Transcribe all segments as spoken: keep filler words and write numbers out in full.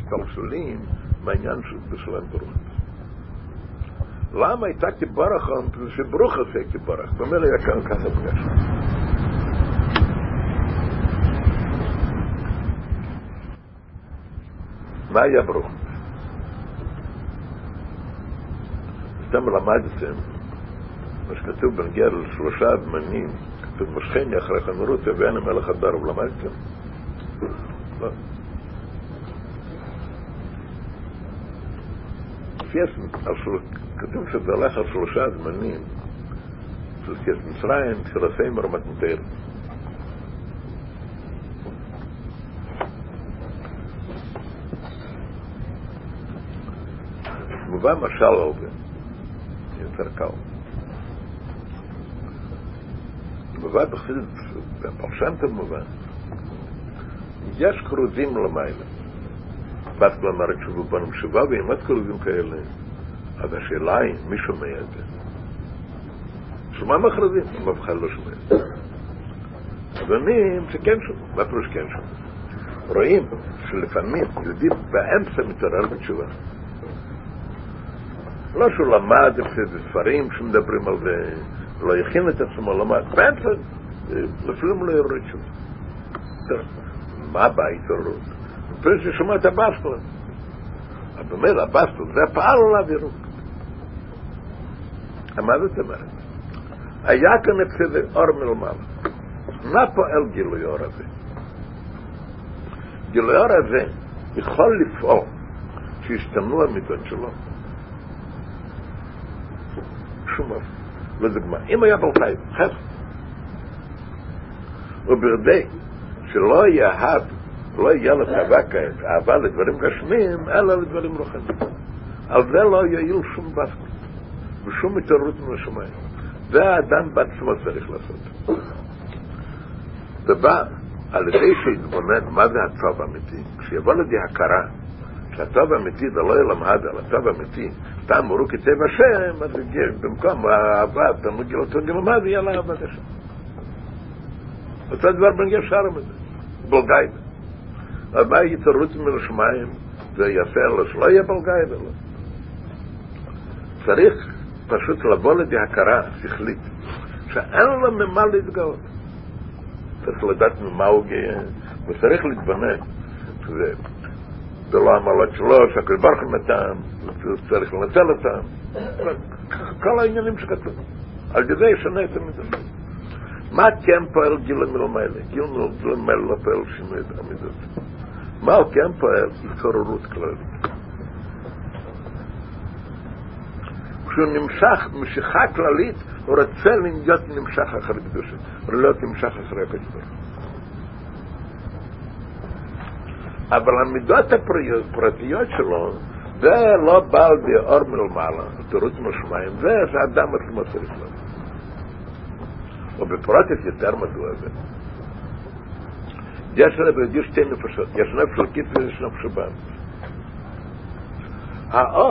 משתלשלים מהעניין בשלם ברוך. למה הייתה כברך? שברוך עושה כברך. במילא היה כאן ככה פגש. מה היה ברוך? סתם למדתם מה שכתוב בנגיע לשלושה אדמנים, כתוב משכני אחרי חנרות ואין המלך הדר, ולמדתם? לא. כתוב שזה הולך על שלושה אדמנים, תלכת מצרים, תחילסי מרמת מתאר. מובא משל על זה, יותר קל. מובא בחסידות, בפרשנטה מובא, יש כרוזים למעלה. בת כל אמרת שובו בנו שווה, ואם עוד כרוזים כאלה, אז השאלה היא, מי שומע את זה? שומע מכרזים, אם אף אחד לא שומע. אדונים שכן שומע, מה פרוש כן שומע? רואים שלפעמים יהודי באמצע מתעורר בתשובה. לא שהוא למד את ספרים שמדברים על זה, לא יכין את עצמו, למד. באמצע, לפעמים לא יורד תשובה. מה בהתעוררות? פרש ששומע את הבסטל. אבל אומר, הבסטל, זה פעל עליו ירוק. מה זאת אומרת? היה כאן אצל אור מלמעלה. מה פועל גילוי אור הזה? גילוי אור הזה יכול לפעול שישתנו המידות שלו. שום אופן. לדוגמה, אם היה בלחי, חסד, וברדי שלא יהב, לא יהיה לתאווה כעת, אהבה לדברים גשמיים, אלא לדברים רוחניים. על זה לא יועיל שום בסקול, ושום התעוררות מן השמיים. זה האדם בעצמו צריך לעשות. ובא, על ידי שיתבונן מה זה הטוב האמיתי, כשיבוא לידי הכרה, שהטוב האמיתי זה לא ילמד על הטוב האמיתי, אתה אמרו כטבע השם, אז במקום האהבה, אתה מגיע אותו גלמד, יהיה לה אהבת השם. אותו דבר בנגיע שער מזה, בלגיידה. הבא יתעוררות מן השמיים, זה יעשה לו שלא יהיה בלגיידה, לא. צריך פשוט לבוא לידי הכרה שכלית, שאין לו ממה להתגאות. צריך לדעת ממה הוא גאה, וצריך להתבונן. זה לא המעלות שלו, שהקדוש ברוך הוא נתן, צריך לנצל אותם. כל העניינים שכתוב. על ידי ישנה את המידות. מה כן פועל גילה מלמעלה? גילה מלמעלה לא פועל שינוי את המידות. מה כן פועל? התעוררות כללית. כשהוא נמשך, משיכה כללית, הוא רוצה להיות נמשך אחרי קדושה, הוא לא נמשך אחרי הקדוש ברוך הוא. אבל המידות הפרטיות שלו, זה לא בא באור מלמעלה, התעוררות מהשמיים, זה שהאדם עצמו צריך לו. ובפרטית יותר מדוע זה. יש לנו שתי נפשות, יש נפש אלוקית ויש נפש הבא. האור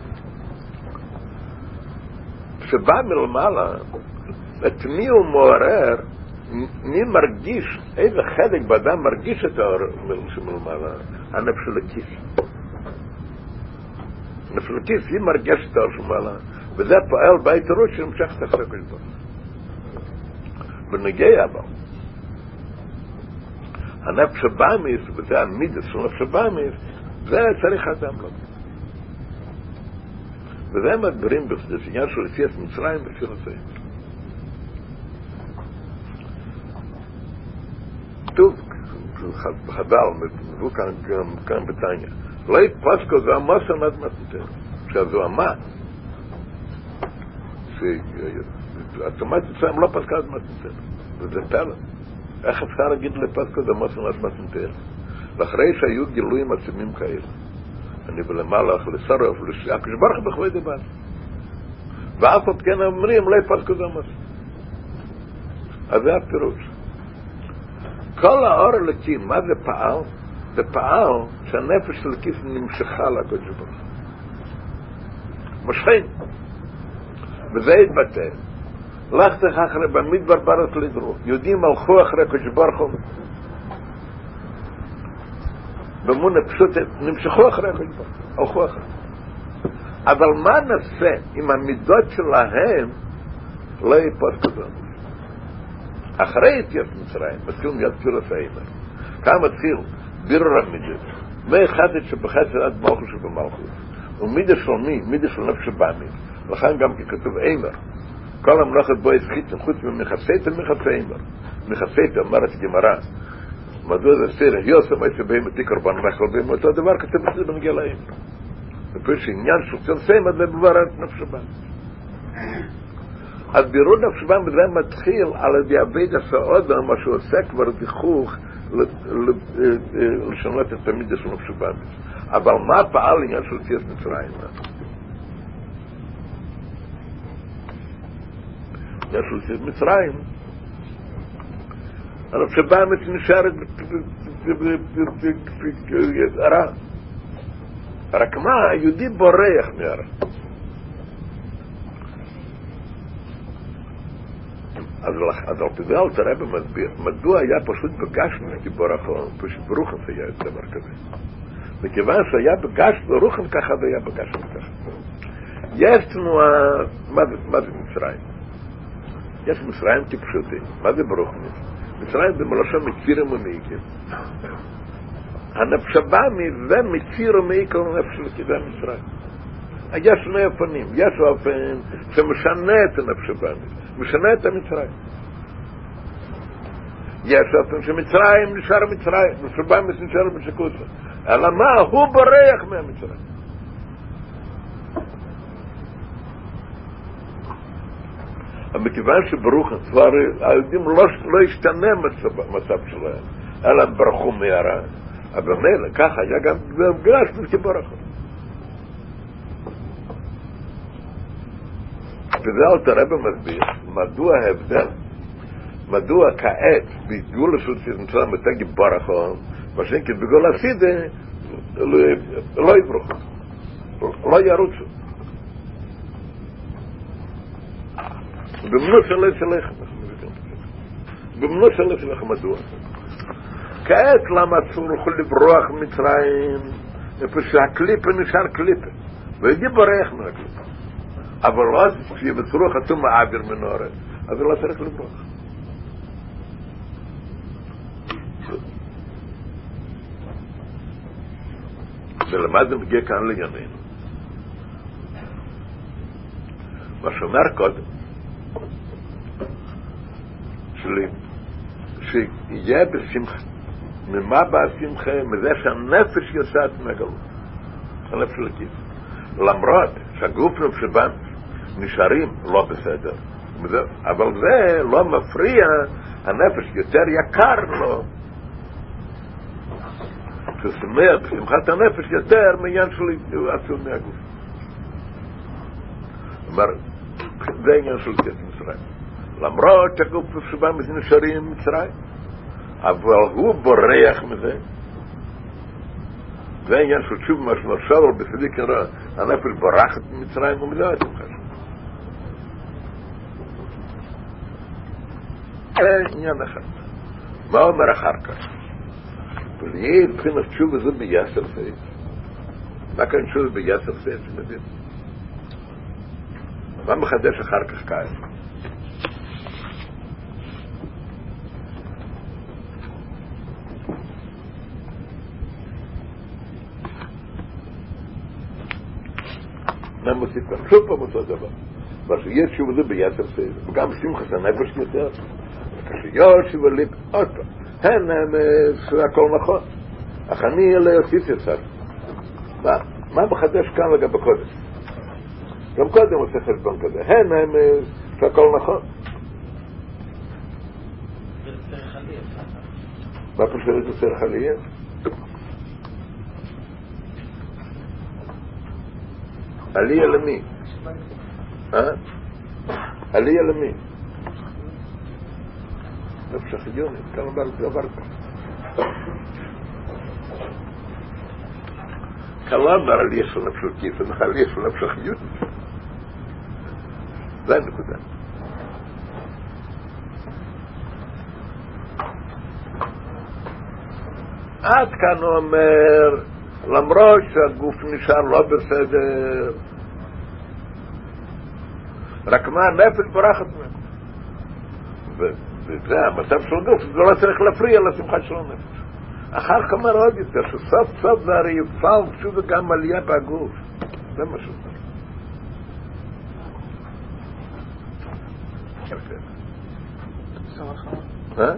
שבא מלמעלה, את מי הוא מעורר, מי מרגיש, איזה חלק באדם מרגיש את האור שמלמעלה? הנפש אלוקית. הנפש אלוקית היא מרגיש את האור שמלמעלה, וזה פועל בהתעוררות שנמשך אחרי הקדוש ברוך הוא. בנגיע אבל הנפש הבאמיס, וזה המידס של הנפש הבאמיס, זה צריך אדם לו. וזה מדברים בסעניין של יציאת מצרים בפילוסופיה. כתוב בחדל, מבוא כאן בתניא, לא יפסקו זו המוסר מדמתתנו. עכשיו זו המה, התאמת מצרים לא פסקה מדמתתנו, וזה פלא. איך אפשר להגיד לפסקו זו המוסר מדמתתנו? ואחרי שהיו גילויים עצומים כאלה, אני ולמלך, לשרף, הקדוש ברוך הוא בכבוד דבר. ואף עוד כן אומרים, לא יפסקו זה המוסר. אז זה הפירוש. כל האור אלוקי, מה זה פעל? זה פעל שהנפש אלוקית נמשכה לקדוש ברוך הוא. משכן. וזה התבטא. לך תך אחרי במדבר בארץ לדרוך. יהודים הלכו אחרי הקדוש ברוך הוא. באמונה פשוטה, נמשכו אחרי הקדוש ברוך הוא, הלכו אחרי. אבל מה נעשה אם המידות שלהם לא ייפות כזאת? אחרי יציאת מצרים, מתחילים להיות פירוס האימא. כאן מתחיל בירור המידות. מאחדת שבחסד עד מלכות שבמלכות. ומידה של מי? מידה של נפש הבאמי. לכן גם ככתוב אימר. כל המלאכת בו יסחיתן, חוץ ממחסייתן מחסי אימר. מחסייתן, אמרת גמרא. מדוע זה סיר, יוסם הייתי בהם את קורבן מחל בהם, אותו דבר כתוב את זה בנגיע לאימר. ופירוש עניין של צנסי מדבר בבררת נפש הבאמי. אז בירור נפש הבאמי זה מתחיל על ידי עבד הסעודה, מה שהוא עושה כבר דיכוך לשנות את המידה של נפש הבאמי. אבל מה פעל עניין של יציאת מצרים? עניין של יציאת מצרים, הנפש הבאמי נשארת הרע. רק מה, היהודי בורח מהרע. אז על פי אלתר רבי מסביר, מדוע היה פשוט בגשמי כברכה, פשוט ברוחם היה דבר כזה. מכיוון שהיה בגשמי, ברוחם ככה והיה בגשמי ככה. יש תנועה, מה זה מצרים? יש מצרים כפשוטים, מה זה ברוחם? מצרים זה מלשון מצירים ומעיקים. הנפש הבאמי זה מציר ומעיק על הנפש לכיוון מצרים. יש שני אופנים, יש אופן שמשנה את הנפש הבאמי, משנה את המצרים. יש אופן שמצרים נשאר מצרים, נפש הבאמי נשאר בשקוצה. אלא מה? הוא בורח מהמצרים. אבל מכיוון שברוך כבר היהודים לא, לא השתנה מצב שלהם, אלא ברחו מהרע, אבל מילא, ככה היה גם בגשמי כברכה. וזה אלתר רבי מסביר, מדוע ההבדל, מדוע כעת בגאולה של מצרים מתגי ברכה, מה שאין כי בגאולה סידה לא יברחו, לא ירוצו. במנו שלך שלך, במנו שלך שלך מדוע? כעת למה אסור לברוח מצרים, איפה שהקליפה נשאר קליפה, וידי בורח מהקליפה. אבל אז שיבצרו חתום מעביר מנורה, אז לא צריך לברוח. ולמה זה מגיע כאן לענייננו? מה שאומר קודם, שיהיה בשמחה. ממה בא השמחה? מזה שהנפש יוצאת מהגלות. הנפש לכיס. למרות שהגוף נפשבן נשארים לא בסדר. אבל זה לא מפריע, הנפש יותר יקר לו. ששמח בשמחת הנפש יותר מעניין של עצום מהגוף. אומר, זה עניין של יציאת מצרים. למרות שהגוף נפשבן נשארים מצרים, אבל הוא בורח מזה. זה העניין של תשוב מה שנרשב על בסדי כנראה, הנפש בורחת ממצרים ומזה אתם חשוב. זה עניין אחד. מה אומר אחר כך? ולהי בחינת תשוב הזה ביסר סייף. מה כאן תשוב ביסר סייף? מה מחדש אחר כך כאן? מה מוסיף כאן? שוב פעם אותו דבר. מה שיש שוב זה ביתר סייב, וגם שמחת הנפש יותר. כשיש שוב הליפ, עוד פעם. הן, הכל נכון. אך אני לא יוסיף יצר. מה? מה מחדש כאן לגבי קודם? גם קודם עושה חשבון כזה. הן, הם, הכל נכון. מה פשוט זה סר חליה? עליה למי? אה? עליה למי? נפש החיונית, כאן אומר את דבר כאן. כאן לא אומר עליה של נפש הקיף, אלא עליה של נפש החיונית. זה הנקודה. עד כאן הוא אומר, למרות שהגוף נשאר לא בסדר, רק מה הנפש ברחת ממנו. וזה המצב של הגוף, זה לא צריך להפריע לשמחה של הנפש. אחר כך אומר עוד יותר, שסוף סוף זה הרי יפעל שוב גם עלייה בגוף. זה מה שהוא אומר. אה?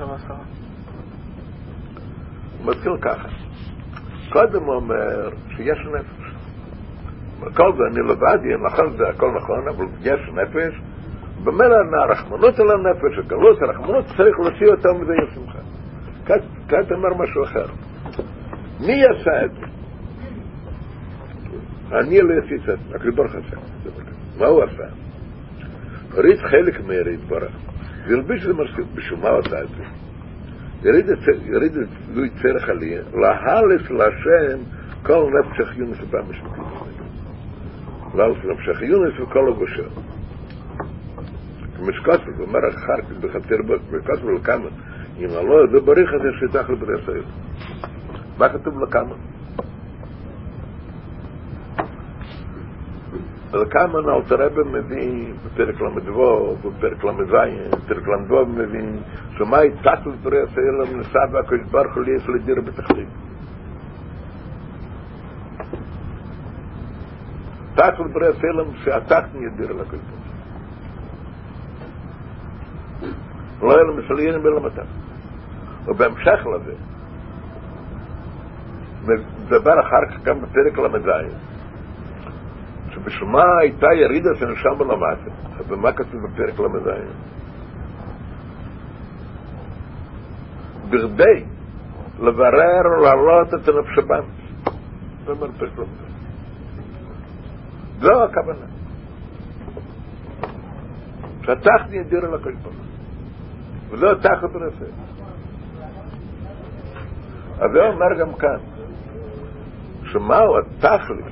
הוא מתחיל ככה. קודם הוא אומר שיש נפש. כל זה אני לבדי, נכון, זה הכל נכון, אבל יש נפש. במילא הרחמנות על הנפש, הגלות, הרחמנות צריך להוציא אותה מזה ישמחה. כאן אומר משהו אחר. מי עשה את זה? אני לא עשיתי את זה, הקדוש ברוך הוא עשה. מה הוא עשה? הוריד חלק מהרי יתברך. והלביש את זה מרסיק, בשביל מה הוא עשה את זה? יריד את זה צרך עליה, להלס להשם כל נפש חיונס הבא משפטים. להלס נפש חיונס וכל הגושר. משקוסל, הוא אומר אחר כך בחצר משקוסל לכמה. אם לא, זה בריך הזה שיתח לברי ישראל. מה כתוב לכמה? לכמה נאלתרבה מביא בפרק למדבו, בפרק למזיין, בפרק למדבו מביא שמה יתח לברי ישראל נשא והקדוש ברוך הוא ליס לדיר בתכלית. תח לברי ישראל שעתחת ידיר לקדוש ברוך הוא. לא היה למסליינים בלמתם. ובהמשך לזה, מדבר אחר כך גם בפרק למזיין, שבשמה הייתה ירידה שנשם בלמטה. ומה כתוב בפרק למזיין? בכדי לברר ולהעלות את הנפש הבאמת. זה אומר פרק למזיין. זו הכוונה. שתחתי ידיר על הקדוש ברוך הוא. ולא תחת רפא. אז הוא אומר גם כאן, שמהו התכלס,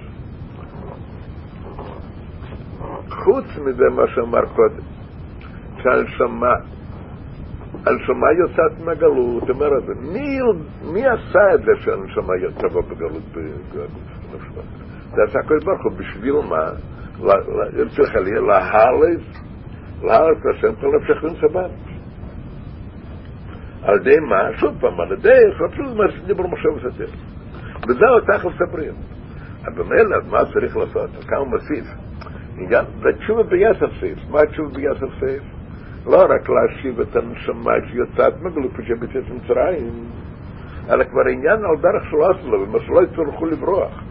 חוץ מזה מה שאמר קודם, שהנשמה, הנשמה יוצאת מהגלות, אומר את זה, מי, מי עשה את זה שהנשמה יצאה בגלות בגוף? זה עשה כל ברוך הוא, בשביל מה? צריך עליה להלס, להלס לשם כל הפשחים סבן. על ידי מה? שוב פעם, על ידי, חפשו מה שדיבר משה וסתר. וזהו תחל ספרים. אבל במילא, מה צריך לעשות? כמה מוסיף? זה תשובה ביסף סייף. מה תשובה ביסף סייף? לא רק להשיב את הנשמה שיוצאת מגלות כשבצאת מצרים, אלא כבר עניין על דרך שלא עשו לו, ומה שלא יצטרכו לברוח.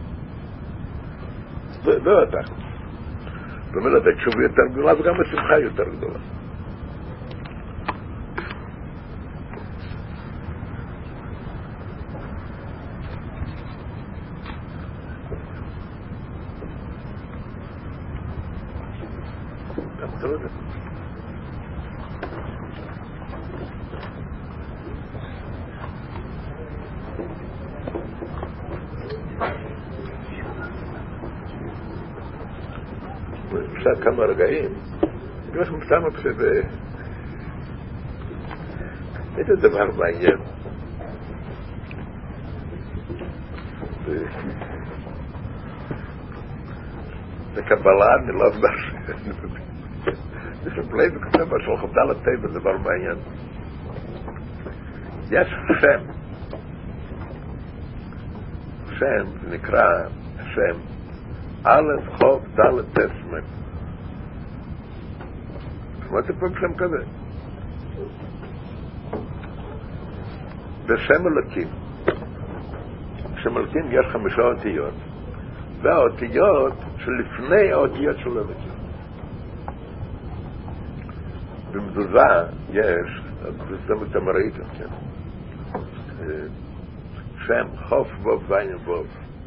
זהו התחל. במילא, זה תשובה יותר גדולה, וגם השמחה יותר גדולה. אפשר כמה רגעים, אני אומר לכם סתם שזה איזה דבר מעניין. בקבלה אני לא יודע זה פלאי וכתב של חבדה לטבע, זה דבר מעניין. יש שם שם נקרא שם א' חוב ד' תסמן. שמעתי פעם שם כזה. בשם אלוקים. בשם אלוקים יש חמישה אותיות. והאותיות שלפני האותיות של אלוקים. במזוזה יש, זה אתם ראיתם, כן? שם חוף ווב זין ווב.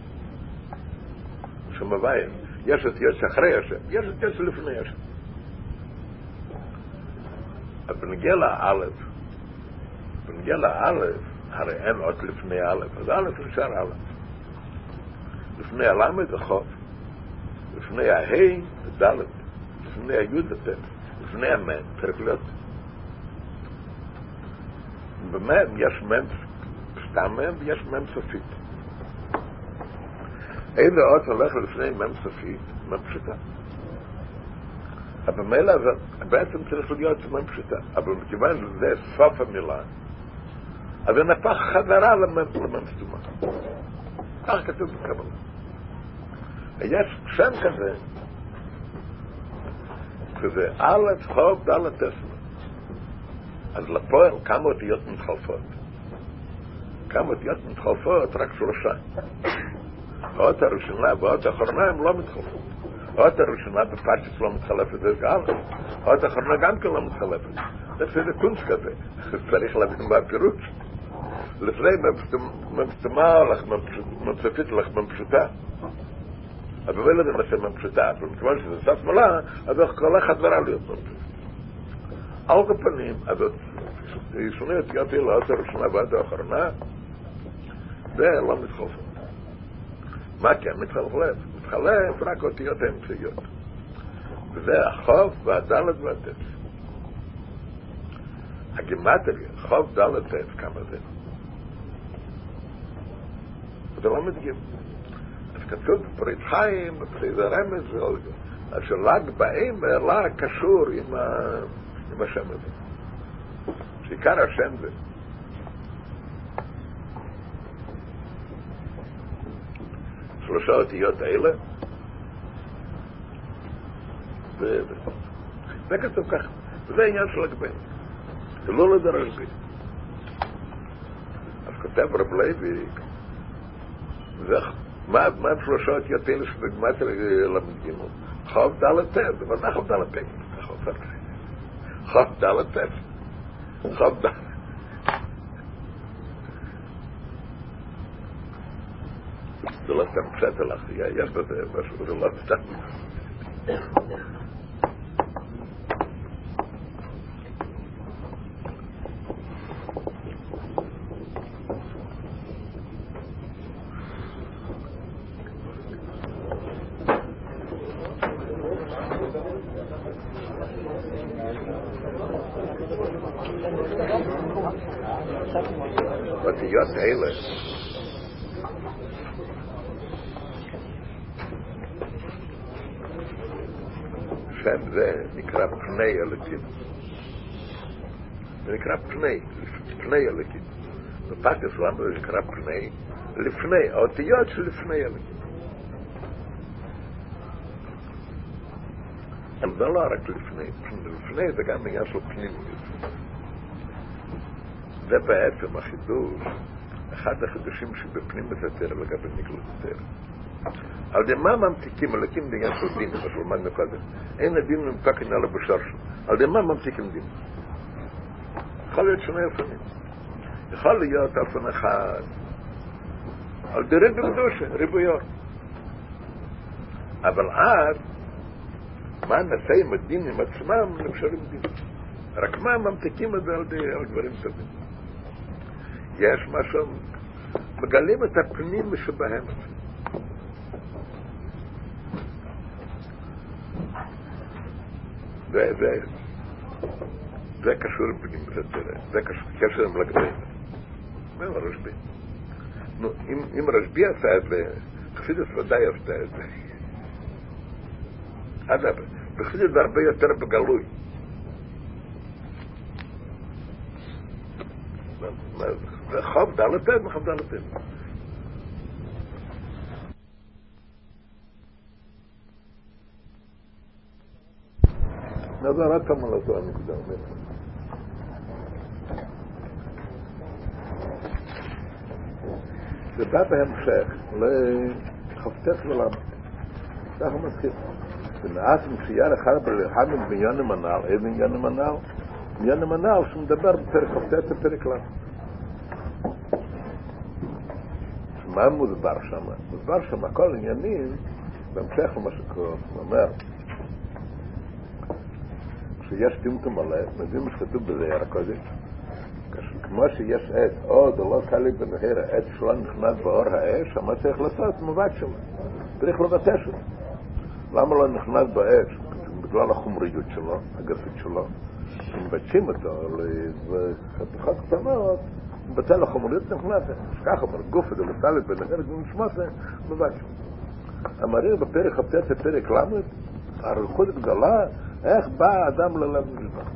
שם הוויים. יש אותיות שאחרי השם, יש אותיות שלפני השם. אבל בנגיע לאלף, בנגיע לאלף, הרי אין עוד לפני אלף, אז אלף נשאר אלף. לפני הלמד זה חוף, לפני ההי זה דלת, לפני היוד זה טף, לפני המן צריך להיות. במם יש מם מטעמם ויש מם סופית. איזה אות הולך לפני מם סופית? מם פשוטה. אבל במילה הזאת בעצם צריך להיות מם פשוטה. אבל מכיוון שזה סוף המילה, אז זה נפח חזרה למם סתומה. כך כתוב בקבלה. יש שם כזה, כזה א' חוב ד' תסמה. אז לפועל כמה אותיות מתחלפות. כמה אותיות מתחלפות, רק שלושה. האות הראשונה והאות האחרונה הם לא מתחלפות. האות הראשונה בפרשת לא מתחלפת, זה א'. האות האחרונה גם כן לא מתחלפת. זה קונץ כזה. צריך להבין מה הפירוש. לפני ממסתמה הולך ממספית הולך ממפשוטה. אבל לא יודע מה זה ממפשוטה, אבל מכיוון שזה סף מולה, אז כל אחד דברה להיות ממפשוטה. על הפנים, אז ישוני אותיות אלה, האות הראשונה ועד האחרונה, זה לא מתחלפות. מה כן מתחלף? מתחלף רק אותיות האמצעיות. וזה החוב והדלת והטף. הגימטריה, חוב דלת טף, כמה זה? זה לא מדגים. אז כתוב בפריט חיים, בפריט הרמז, שלג באים ואלה קשור עם, ה... עם השם הזה. שעיקר השם זה. שלושה אותיות האלה, ו... זה כתוב ככה. וזה העניין של הגבין. זה לא לדרש בי. אז כותב רב לוי, זה... מה הם שלושה אותיות האלה שבגמטר למדגימות? חוב דלת טף, אבל מה חוב דלת טף? חוב דלת טף. חוב דלת. זה לא סתם פשט לך, יש בזה משהו, זה לא סתם. אותיות האלה שם זה נקרא פני אלוקים. זה נקרא פני, פני אלוקים. בפשט למה זה נקרא פני? לפני, האותיות של לפני אלוקים. אבל זה לא רק לפני, לפני זה גם עניין של פנימיות. זה בעצם החידוש, אחד החידושים שבפנים בתתר לגבי נגלות תתר. על די מה ממתיקים אלוקים בעניין של דין, מה שלמדנו קודם. אין הדין ממתקן על הבשר שלו. על די מה ממתיקים דין? יכול להיות שני אופנים. יכול להיות אופן אחד. על די ריבו קדושה, ריבויות. אבל אז, מה נעשה עם הדין עם עצמם, נפשרים דין. רק מה ממתיקים את זה על די על דברים טובים. יש משהו, מגלים את הפנים שבהם. זה, זה, זה קשור עם פנים בתתר, זה קשור עם לגבי. מה עם הרשבי? נו, אם, אם רשבי עשה את זה, חסידות ודאי עשתה את זה. אגב, בחסידות זה הרבה יותר בגלוי. זה חוב דלתת, מה חוב דלתת? נדע רק כמה לזו הנקודה אומרת. זה בא בהמשך לחפטף ללמה. ככה מתחיל. ונעץ משייה אחד בלחם בעניין המנהל. איזה עניין המנהל? עניין המנהל שמדבר בפרק חפטף בפרק למה. מה מוסבר שם? מוסבר שם כל עניינים בהמשך למה שקורה. הוא אומר שיש דימתו מלא, מבין מה שכתוב בזעיר הקודש, כמו שיש עת, עוד לא קלי בנהר העת שלא נכנס באור האש, מה צריך לעשות? מבט שם. צריך לבטש אותו. למה לא נכנס באש? בגלל החומריות שלו, הגפית שלו. אם מבטשים אותו לחתיכות קטנות, בטל החומריות נכנסה, שכך אומר, גוף זה לסלת בין החלק ונשמסה, מבקש. אמריר בפרק חפצה פרק למד, הריחות גדולה, איך בא האדם ללב נשבע.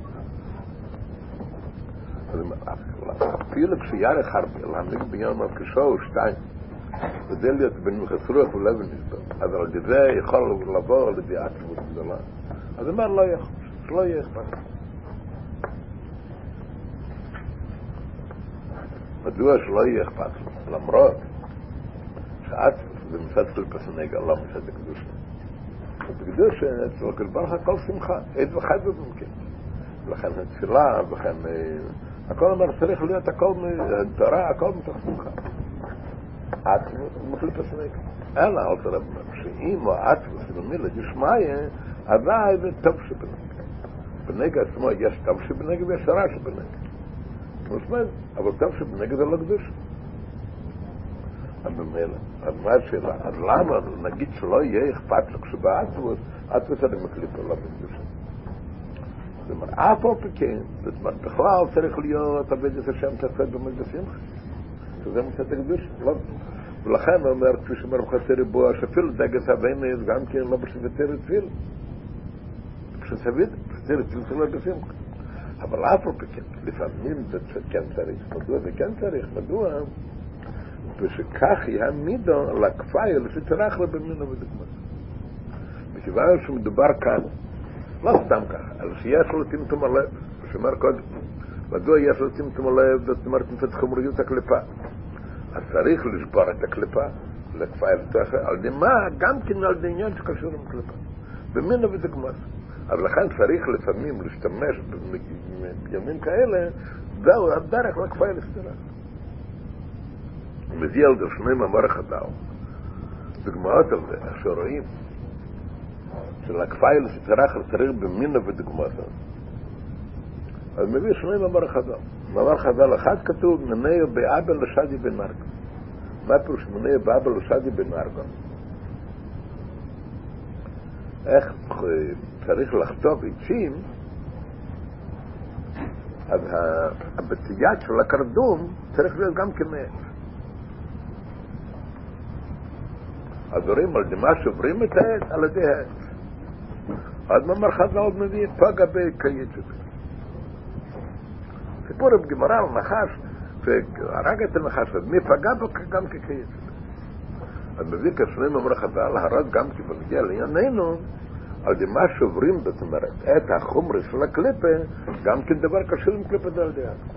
אפילו כשירח הרבה, להנהיג בעניין מלכשו או שתיים, כדי להיות בין מחסרוח ולב נשבע, אז על זה יכול לבוא לידי עצמות גדולה. אז אמר לא יכול, שלא יהיה אכפת. מדוע שלא יהיה אכפת, למרות שעצמות זה מצד קליפת הנגע, לא מצד הקדושה. בקדושה, אצל כל ברכה הכל שמחה, עד וחד ובמקן. ולכן התפילה, ולכן הכל אומר, צריך להיות הכל תורה, הכל מתוך שמחה. עצמות זה קליפת הנגע. אלא, אל תראה, שאם או עצמות זה במילה דשמיא, הוואי זה טוב שבנגע. בנגע עצמו יש טוב שבנגע ויש רע שבנגע. אבל טוב שבנגע זה לא קדושה. במילא. אז מה השאלה? אז למה נגיד שלא יהיה אכפת לו כשבעצמות, עצמות אני מקליף עליו בקדושה. זאת אומרת, אף על פי זאת אומרת, בכלל צריך להיות עבודת השם תפת במקדש שמחה. שזה מצד הקדושה, לא? ולכן הוא אומר, כפי שאומר בחסר ריבוע, שאפילו דגת הבינס גם כן לא בשביתר תפיל. כשסביד, בשביתר תפיל צריך להיות בשמחה. אבל אף על פי לפעמים זה כן צריך. מדוע זה כן צריך? מדוע? ושכך יעמידו לקפאי שצריך לו במינו ודגמות. מכיוון שמדובר כאן, לא סתם ככה, אבל שיש לו טמטום הלב, שאומר קודם, מדוע יש לו טמטום הלב, זאת אומרת מצד חומריות הקליפה. אז צריך לשבור את הקליפה, לקפאי לתוך, על די מה, גם כן על די עניין שקשור עם קליפה. במינו ודגמות. אבל לכן צריך לפעמים להשתמש בימים כאלה, זהו הדרך לקפאי לסתירה. מביא על דשני מאמר חדל דוגמאות על זה, איך שרואים שלקפאי לסתרח צריך במינה ודוגמאות אז מביא שני מאמר חדל מאמר חדל אחד כתוב מניה באבל לשדי בן מרגון. מה פירוש מניה באבל לשדי בן מרגון? איך צריך לחטוף עצים, אז הבתיית של הקרדום צריך להיות גם כמעט. אז רואים על מה שוברים את העץ, על ידי העץ. אז מאמר חז"ל מביא פגע בקייצת. סיפור בגמרא על נחש, והרג את הנחש, אז מי פגע בו גם כקייצת. אז מביא כשני מאמר חז"ל, הרג גם כבנגיע לענייננו, על מה שוברים, זאת אומרת, את החומר של הקליפה, גם כן דבר קשור עם קליפה זה על ידי העץ.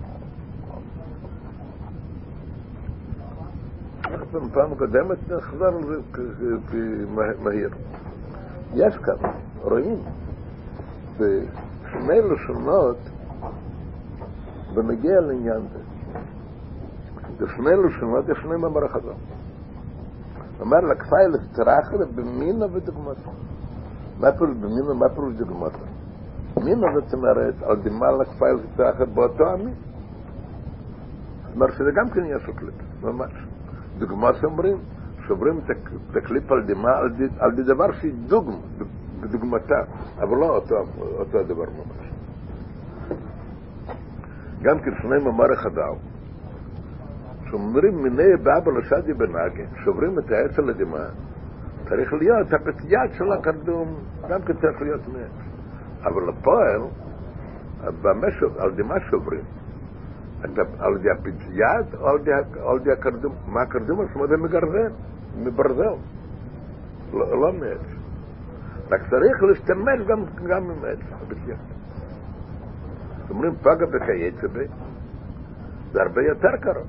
פעם קודמת נחזר מהיר. יש כאן, רואים, בשני לשונות בנגיע לעניין זה. בשני לשונות יש שני מאמר חז"ל. אומר לקפאי לסתרח במינה ודוגמת. מה פירוש במינה, מה פירוש דוגמת? מינה זאת אומרת, על דימה לקפאי לסתרח באותו המין. זאת אומרת שזה גם כן יש לו קליפ, ממש. דוגמה שאומרים, שוברים את הקליפ על דימה, על די דבר שהיא דוגמה, בדוגמתה, אבל לא אותו, אותו הדבר ממש. גם כשני מאמר חדל, שאומרים מיני באבל לשדי בנגה, שוברים את העץ על הדימה, צריך להיות הפתיית של הקרדום, גם כן צריך להיות מעץ. אבל לפועל, על דימה שוברים, על די הפתיית או על די הקרדום. מה הקרדום? זאת אומרת, זה מגרזן, מברזל, לא מעץ. רק צריך להשתמש גם ממעץ, הפתיית. זאת אומרים, פגע בקייצה בי, זה הרבה יותר קרוב.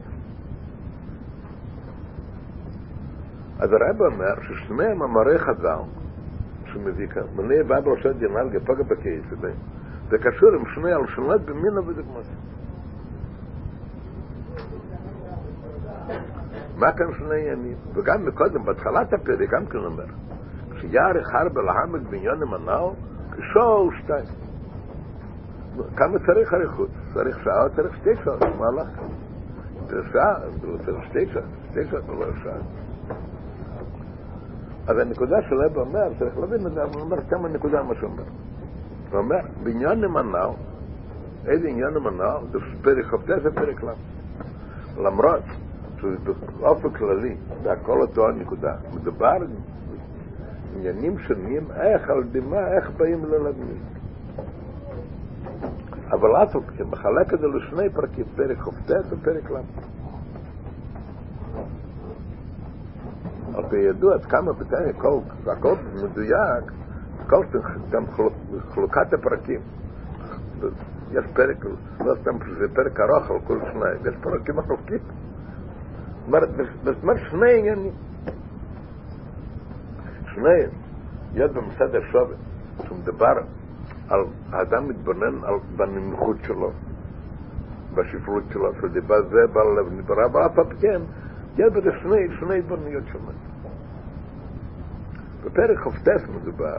אז הרב אומר ששני מאמרי חז"ל שמביא כאן, מנה באבל לשדי בנגה פגע בקייצה בי, זה קשור עם שני הלשונות במינה ודוגמת. מה כאן שני ימים? וגם מקודם, בהתחלת הפרק, גם כן אומר, כשיערך הרבה להעמק בעניין מנהל, כשעו שתיים. כמה צריך אריכות? צריך שעה או צריך שתי שעות? מה הלך? צריך שעה, צריך שתי שעות, שתי שעות או לא שעה. אז הנקודה של אבא אומר, צריך להבין את זה, אבל הוא אומר כמה נקודה מה שאומר. הוא אומר, בעניין מנהל, איזה עניין מנהל? זה פרק חפצה, זה פרק למה. למרות שבאופן כללי, והכל אותו הנקודה, מדובר עניינים שונים, איך על דימה, איך באים ללמד. אבל אף כן, מחלק את זה לשני פרקים, פרק חופטת ופרק ל'. אבל בידוע עד כמה בתניא, הכל מדויק, הכל גם חלוקת הפרקים. יש פרק, לא סתם שזה פרק ארוך על כל שניים, יש פרקים ארוכים. זאת אומרת, שני עניינים. שני, יש במסד השווה, שהוא מדבר על האדם מתבונן על בנמחות שלו, בשפלות שלו, שדיבר זה בעל לב נברא, ואף פעם כן, יש בזה שני, שני בניות שונות. בפרק חופטס מדובר,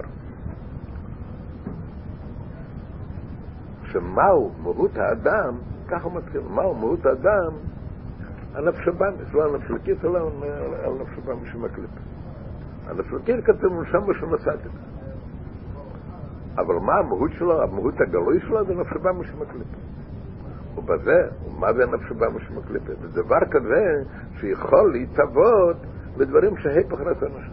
שמהו מהות האדם, ככה הוא מתחיל, מהו מהות האדם, הנפש הבאמס, לא הנפש לקית, אלא הנפש הבאמס שמקליפ. הנפש לקית כתוב שם ושנסעתם. אבל מה המהות שלו, המהות הגלוי שלו, זה נפש הבאמס שמקליפ. ובזה, ומה זה הנפש הבאמס שמקליפ? זה דבר כזה שיכול להתאבות בדברים שהיפך רצון השם.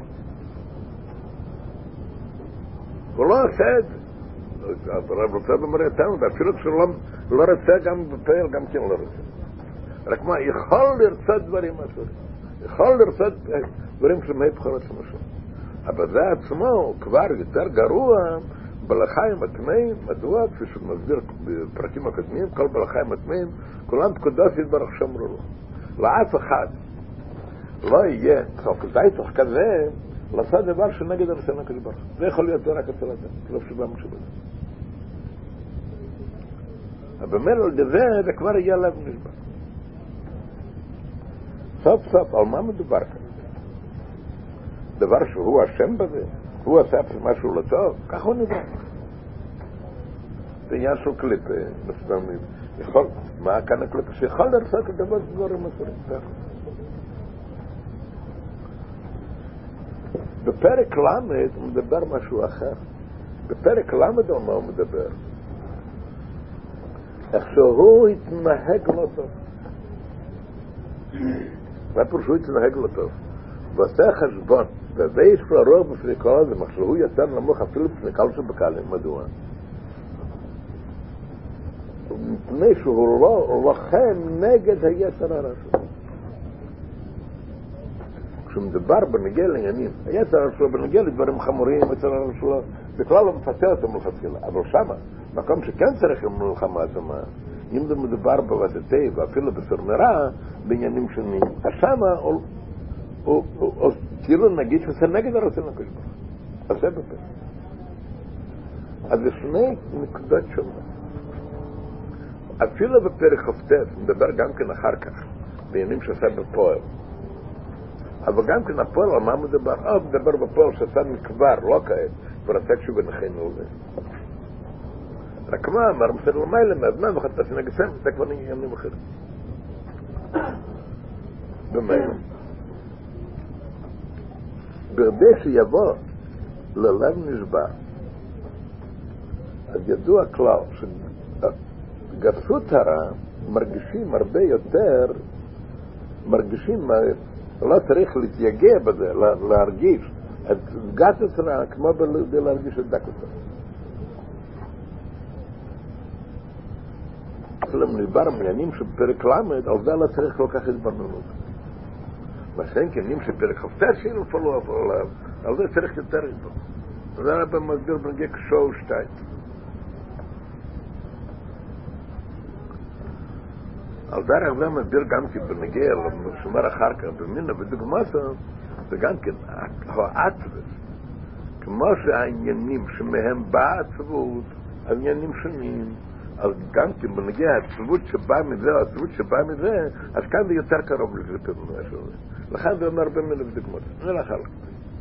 הוא לא עושה את זה. הרב רוצה במראיתנו, ואפילו כשלא לא רצה גם בפעל, גם כן לא רצה. רק מה, יכול לרצות דברים אחרים. יכול לרצות דברים שמהיפך רצון השם. אבל זה עצמו כבר יותר גרוע בלחיים הטמאים. מדוע? כפי שמסביר בפרקים הקודמים, כל בלחיים הטמאים, כולם פקודות יתברך שמרו לו. לאף אחד לא יהיה כדאי תוך כזה לעשות דבר שנגד הרצון הקדוש ברוך הוא. זה יכול להיות רק אצל אדם, לא שבא משהו בזה. אבל במילא לזה זה כבר יהיה לב נשבע. סוף סוף, על מה מדובר כאן? דבר שהוא השם בזה, הוא עשה משהו לא טוב, כך הוא נברא. זה עניין של קליפה, מסתובבים. יכול, מה כאן הקליפה? שיכול לרצות את דבר דברים אחרים, ככה. בפרק למד הוא מדבר משהו אחר. בפרק למד על מה הוא מדבר? איך שהוא התנהג לא טוב. מה פירוש שהוא התנהג לא טוב? ועושה חשבון, וזה יש לו רוב בפני כל הזה, מה שהוא יצא נמוך אפילו בפני כל שבקלים. מדוע? מפני שהוא לא לוחם נגד היצר הרע. כשמדבר בנגיע לעניינים, היצר הרע שלו בנגיע לדברים חמורים, היצר הרע שלו, בכלל לא מפצה אותו מלכתחילה. אבל שמה, מקום שכן צריך למלחמה עצמה, אם זה מדובר בבטתי ואפילו בסורמרה, בעניינים שונים, אז שמה, או כאילו נגיד שזה נגד הרצון הקדוש ברוך הוא. עושה בפה. אז זה שני נקודות שונות. אפילו בפרק חופטס, מדבר גם כן אחר כך, בעניינים שעושה בפועל. אבל גם כן הפועל, על מה מדבר? אה, מדבר בפועל שעשה מכבר, לא כעת, ורצה כשהוא בנכינו לזה. רק מה, אמר, מסדר למיילה, מהזמן וחטא שנגסם, זה כבר עניינים אחרים. במיילה. ברדי שיבוא ללב נשבע, אז ידוע כלל שגסות הרע מרגישים הרבה יותר, מרגישים, לא צריך להתייגע בזה, להרגיש את גסות הרע כמו בלהרגיש את דקות הרע. אצלם נדבר מעניינים שבפרק למד, על זה לא צריך כל כך התברננות. מה שאין כנים שפרק חופטס שיהיה לפעולו עליו, על זה צריך יותר איתו. זה הרבה מסביר בנגיע כשואו שתיים. על זה הרבה מסביר גם כי בנגיע, שומר אחר כך, במינה ודוגמאסה, זה גם כן, העצבות, כמו שהעניינים שמהם באה עצבות, העניינים שונים, אז גם כן בנגיע העצבות שבאה מזה, או העצבות שבאה מזה, אז כאן זה יותר קרוב לזה פרמונה שלו. לכן זה אומר הרבה מילה ודגמות. זה לאחר לך.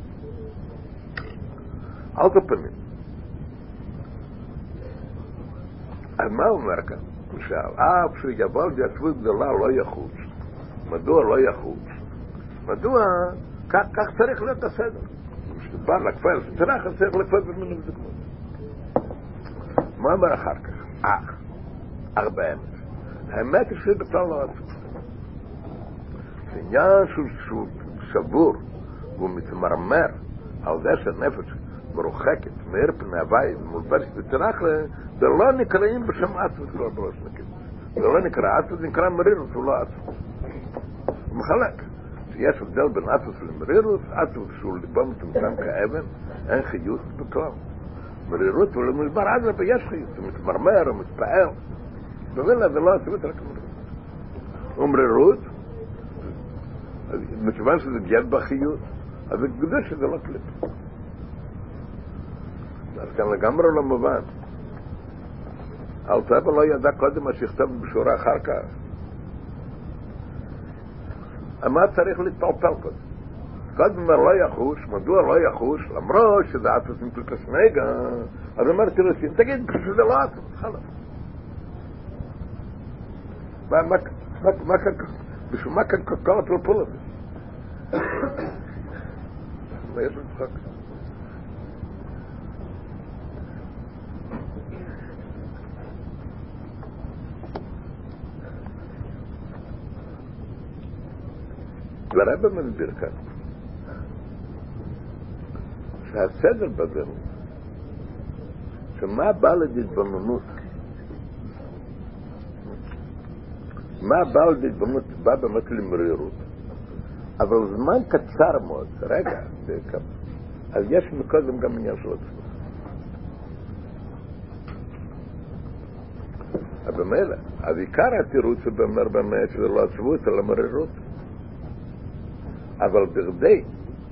על כל פנים. אז מה הוא אומר כאן? הוא שאל, אה, כשהוא יבוא לעצבות גדולה לא יחוץ. מדוע לא יחוץ? מדוע? כך, כך צריך להיות הסדר. כשבא לכפר, שצריך, אז צריך לכפר במילה ודגמות. מה אומר אחר כך? אך, אך באמת. האמת היא שזה בכלל לא עצוב. עניין שהוא שבור והוא מתמרמר על זה שהנפש מרוחקת מאיר פני הווי ומולבשת בתרחלה, זה לא נקראים בשם עצמות כל בראש נקים. זה לא נקרא עצמות, זה נקרא מרירות, הוא לא עצמות. הוא מחלק. שיש הבדל בין עצמות למרירות, עצמות שהוא ליבו מצומצם כאבן, אין חיות בכלל. מרירות הוא למדבר עד רבה יש חיות, הוא מתמרמר, הוא מתפעל. במילה זה לא עצמות רק מרירות. ומרירות, מכיוון שזה גד בחיות, אז זה גדול שזה לא קליפ. אז כאן לגמרי לא מובן. אלתרעבי לא ידע קודם מה שיכתוב בשורה אחר כך. מה צריך להתפלפל קודם? קודם אומר לא יחוש, מדוע לא יחוש? למרות שזה עצמות מפלקס נגע, אז אמרתי לו, תגיד, שזה לא עצמות, חלק. בשביל מה כאן כל הפלפול הזה? מה יש לצחק? והרבא מסביר כאן שהסדר בזה הוא שמה בא להתבוננות, מה בא להתבוננות בא באמת למרירות, אבל זמן קצר מאוד, רגע, אז יש מקודם גם עניין של עצמות. אבל במילא, אז עיקר התירוץ שבאמר באמת שזה לא עצבות, אלא מרירות. אבל בכדי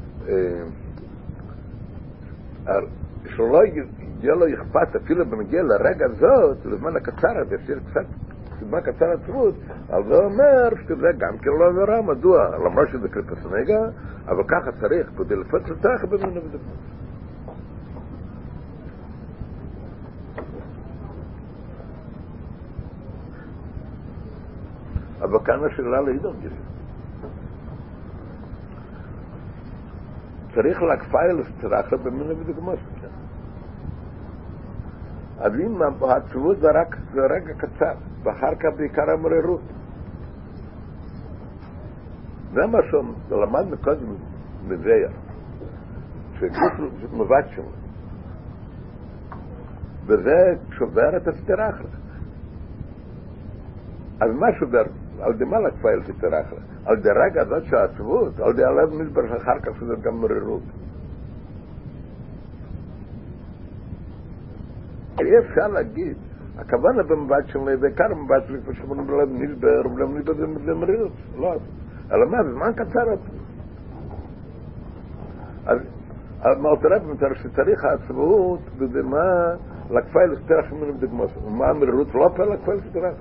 שלא יהיה לו אכפת אפילו בנגיע לרגע זאת, לזמן הקצר הזה, שיש קצת זמן קצר עצבות, אז זה אומר שזה גם כן לא עבירה. מדוע? למרות שזה קליפת נגע, אבל ככה צריך כדי לפצות אותך במין ובדקות. אבל כאן השאלה להידון גזיר. צריך להקפאי לסטרחה במיני ודגמוס. אז אם העצבות זה רק רגע קצר, ואחר כך בעיקר המרירות. זה מה שלמד מקודם מזייר, שגוף מבט שלו. וזה שובר את הסטרחה. אז מה שובר? על די מה להקפאי לסטרחה? על די רגע הזאת שהעצבות, על די הלב מסבר שאחר כך שזה גם מרירות. אי אפשר להגיד, הכוונה במבט שלי, בעיקר במבט שלי, כמו שאומרים בלב נסבר, ובלב נסבר זה מרירות, לא. אלא מה, בזמן קצר עצבות. אז אלתרעבי מתאר שצריך העצבות, במה להקפאי לסטרחה ממנו בדגמוס. ומה המרירות לא פעל להקפאי לסטרחה.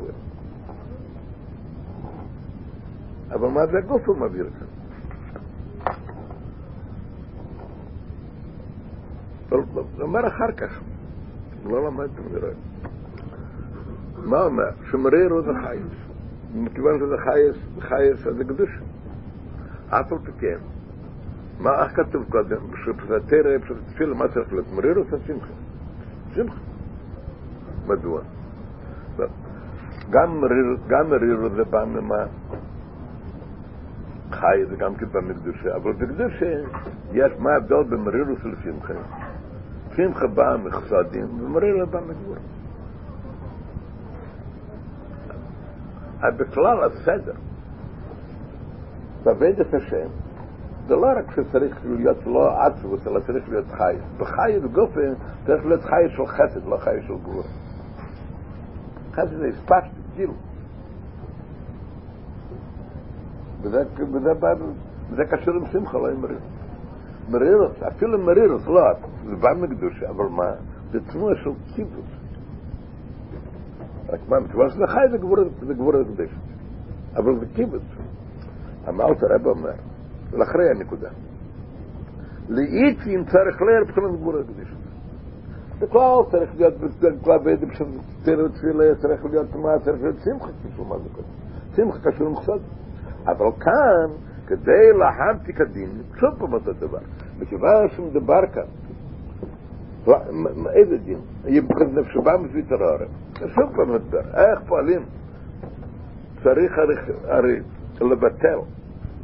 אבל מה זה הגוף הוא מבהיר כאן? הוא אומר אחר כך, הוא לא למד את המדירה. מה הוא אומר? שמרירו זה חייס. מכיוון שזה חייס, חייס זה קדוש. אף על פי כן. מה איך כתוב קודם? בשפתתרא, בשפתתפילה, מה צריך להיות? מרירו זה שמחה. שמחה. מדוע? גם מרירו זה בא ממה? חי זה גם כן במקדושה, אבל בקדושה יש מה הבדל במרירות לשמחה. שמחה באה מחסדים ומרירות באה מגבורה. אז בכלל הסדר בעבודת השם זה לא רק שצריך להיות לא עצבות, אלא צריך להיות חי. בחי וגופן צריך להיות חי של חסד, לא חי של גבורה. חסד זה הספשת, גיל. וזה, וזה, בא, וזה קשור עם שמחה, לא עם מרירות. מרירות, אפילו מרירות, לא, זה בא מקדושה, אבל מה? זה תנועה של קיבוץ. רק מה, מכיוון שזה חי זה גבורה הקדושה. אבל זה קיבוץ. אלתרעבי אומר, לאחרי הנקודה. לעיתים צריך להר פתאום גבורה הקדושה. בכלל צריך להיות, בכלל בעצם של תפילה ותפילה, צריך להיות מה, צריך להיות שמחה, כאילו מה זה קודם. שמחה קשור עם חסד. אבל כאן, כדי להמתיק הדין, שוב פעם אותו דבר. מכיוון שמדבר כאן, איזה דין? יבחד נפשו בא מזווית הרערה. שוב פעם מדבר, איך פועלים? צריך הרי לבטל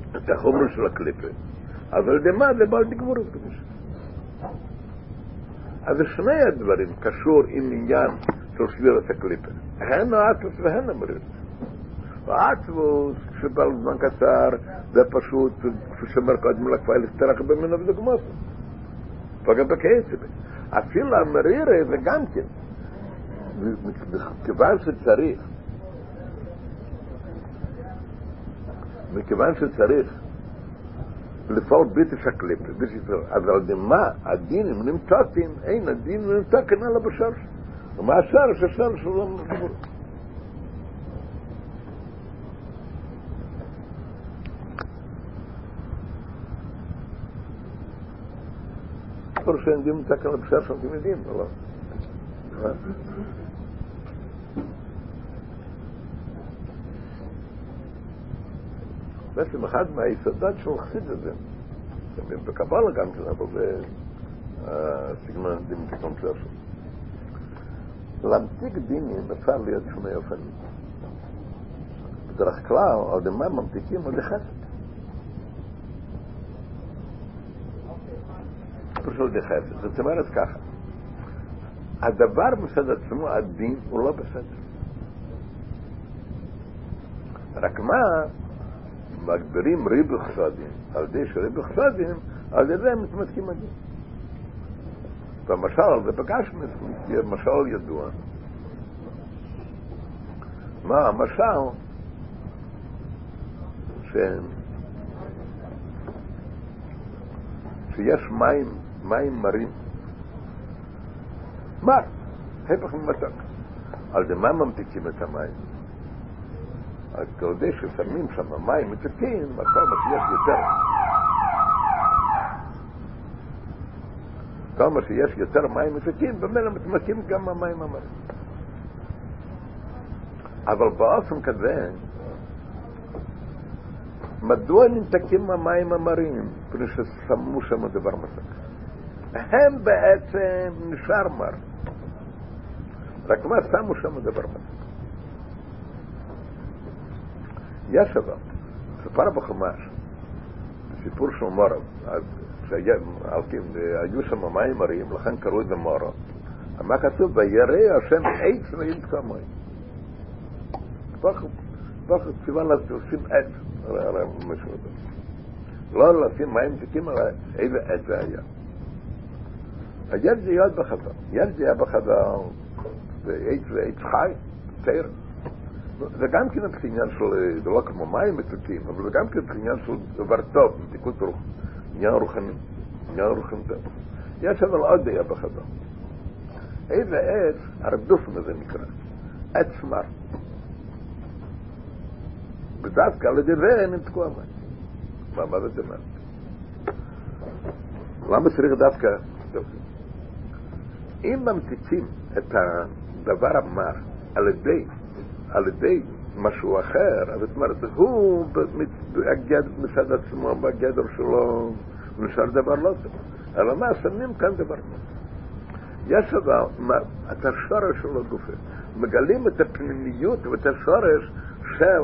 את החומר של הקליפה, אבל דמה זה בעל דגמורת קדושה. אז שני הדברים קשור עם עניין של שבירת הקליפה. הן העצמוס והן המרירות. העצמוס, כשבא לזמן קצר, זה פשוט, כפי שאומר קודם לקפה, להסתרח במנו ודגמות. פגע בקייצה. אפילו המרירה זה גם כן. מכיוון שצריך, מכיוון שצריך לפעול ביטש הקליפה, אבל דמה, הדינים נמתקים, אין הדין נמתקים אלא בשרש. ומה השרש? השרש הוא לא מדבר. כבר שאין דין נמתקים אלא בשרש, אתם יודעים, לא? בעצם אחד מהיסודות של חסידות זה, בקבלה גם כן, אבל זה סגנון דין כקונצרט. להמתיק דינים אפשר להיות שני אופנים. בדרך כלל, על דמה ממתיקים על דחסד. פשוט דחסד. זאת אומרת ככה, הדבר בסד עצמו, הדין, הוא לא בסדר. רק מה, מגבירים ריבו חסדים, על ידי שריבו חסדים, על ידי הם מתמתקים הדין. והמשל, זה פגש משל ידוע. מה, המשל, ש... שיש מים, מים מרים. מר, הפך ממתק. על ידי מה ממתיקים את המים? אז כדי ששמים שם מים מתקים, הכל מה שיש יותר. כל מה שיש יותר מים מתקים, במילא מתמקים גם המים המרים. אבל באופן כזה, מדוע נמתקים המים המרים? כדי ששמו שם דבר מתק. הם בעצם נשאר מר. רק מה שמו שם דבר מתק. יש אבל, ספר בחומש, סיפור של מורב, היו שם מים מרים, לכן קראו את זה מורב. מה כתוב? וירא השם עץ ועם כמוהו. כך ציווה לשים עץ, לא לשים מים מתקים, אלא איזה עץ זה היה. היד זה יד בחדר, יד זה היה בחדר, ועץ ועץ חי, צעיר. זה גם כן עניין של, זה לא כמו מים מתוקים, אבל זה גם כן עניין של דבר טוב, מתיקות רוח, עניין רוחני, עניין רוחני טוב. יש אבל עוד דעה בחדר. איזה עץ, הרדופנה זה נקרא, עץ מר. בדווקא על ידי זה נמתקו המים. מה, מה זה דמה? למה צריך דווקא? אם ממתיקים את הדבר המר על ידי על ידי משהו אחר, זאת אומרת, הוא מצד עצמו בגדר שלו, הוא נשאר דבר לא טוב. אבל מה, שמים כאן דבר טוב. יש אבל, את השורש של הגופה. מגלים את הפנימיות ואת השורש של,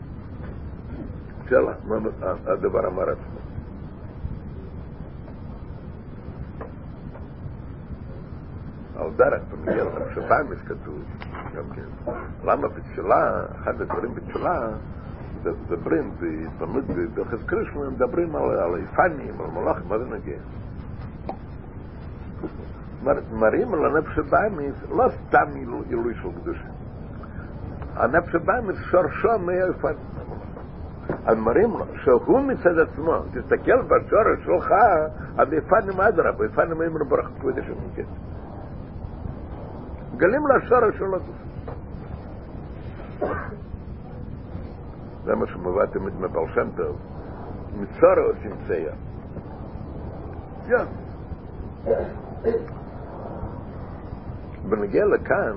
של הדבר המר עצמו. על דרך, במגיע לכם שבאים כתוב, גם כן. למה בתפילה, אחד הדברים בתפילה, מדברים, באמת בחזקריש, מדברים על היפנים, על מלאכים, מה זה נגיע? מראים על הנפש הבאמיס, לא סתם עילוי של קדושה. הנפש הבאמיס שורשו מהיפנים. אז מראים לו, שהוא מצד עצמו, תסתכל בשורש שלך, אז היפנים אדרבה, היפנים הם ברכה קודש המקט. גלים לשורש של הגוף. זה מה שמובא תמיד מבעל שם טוב, מצורע עושים צייר. כן. בנגיע לכאן,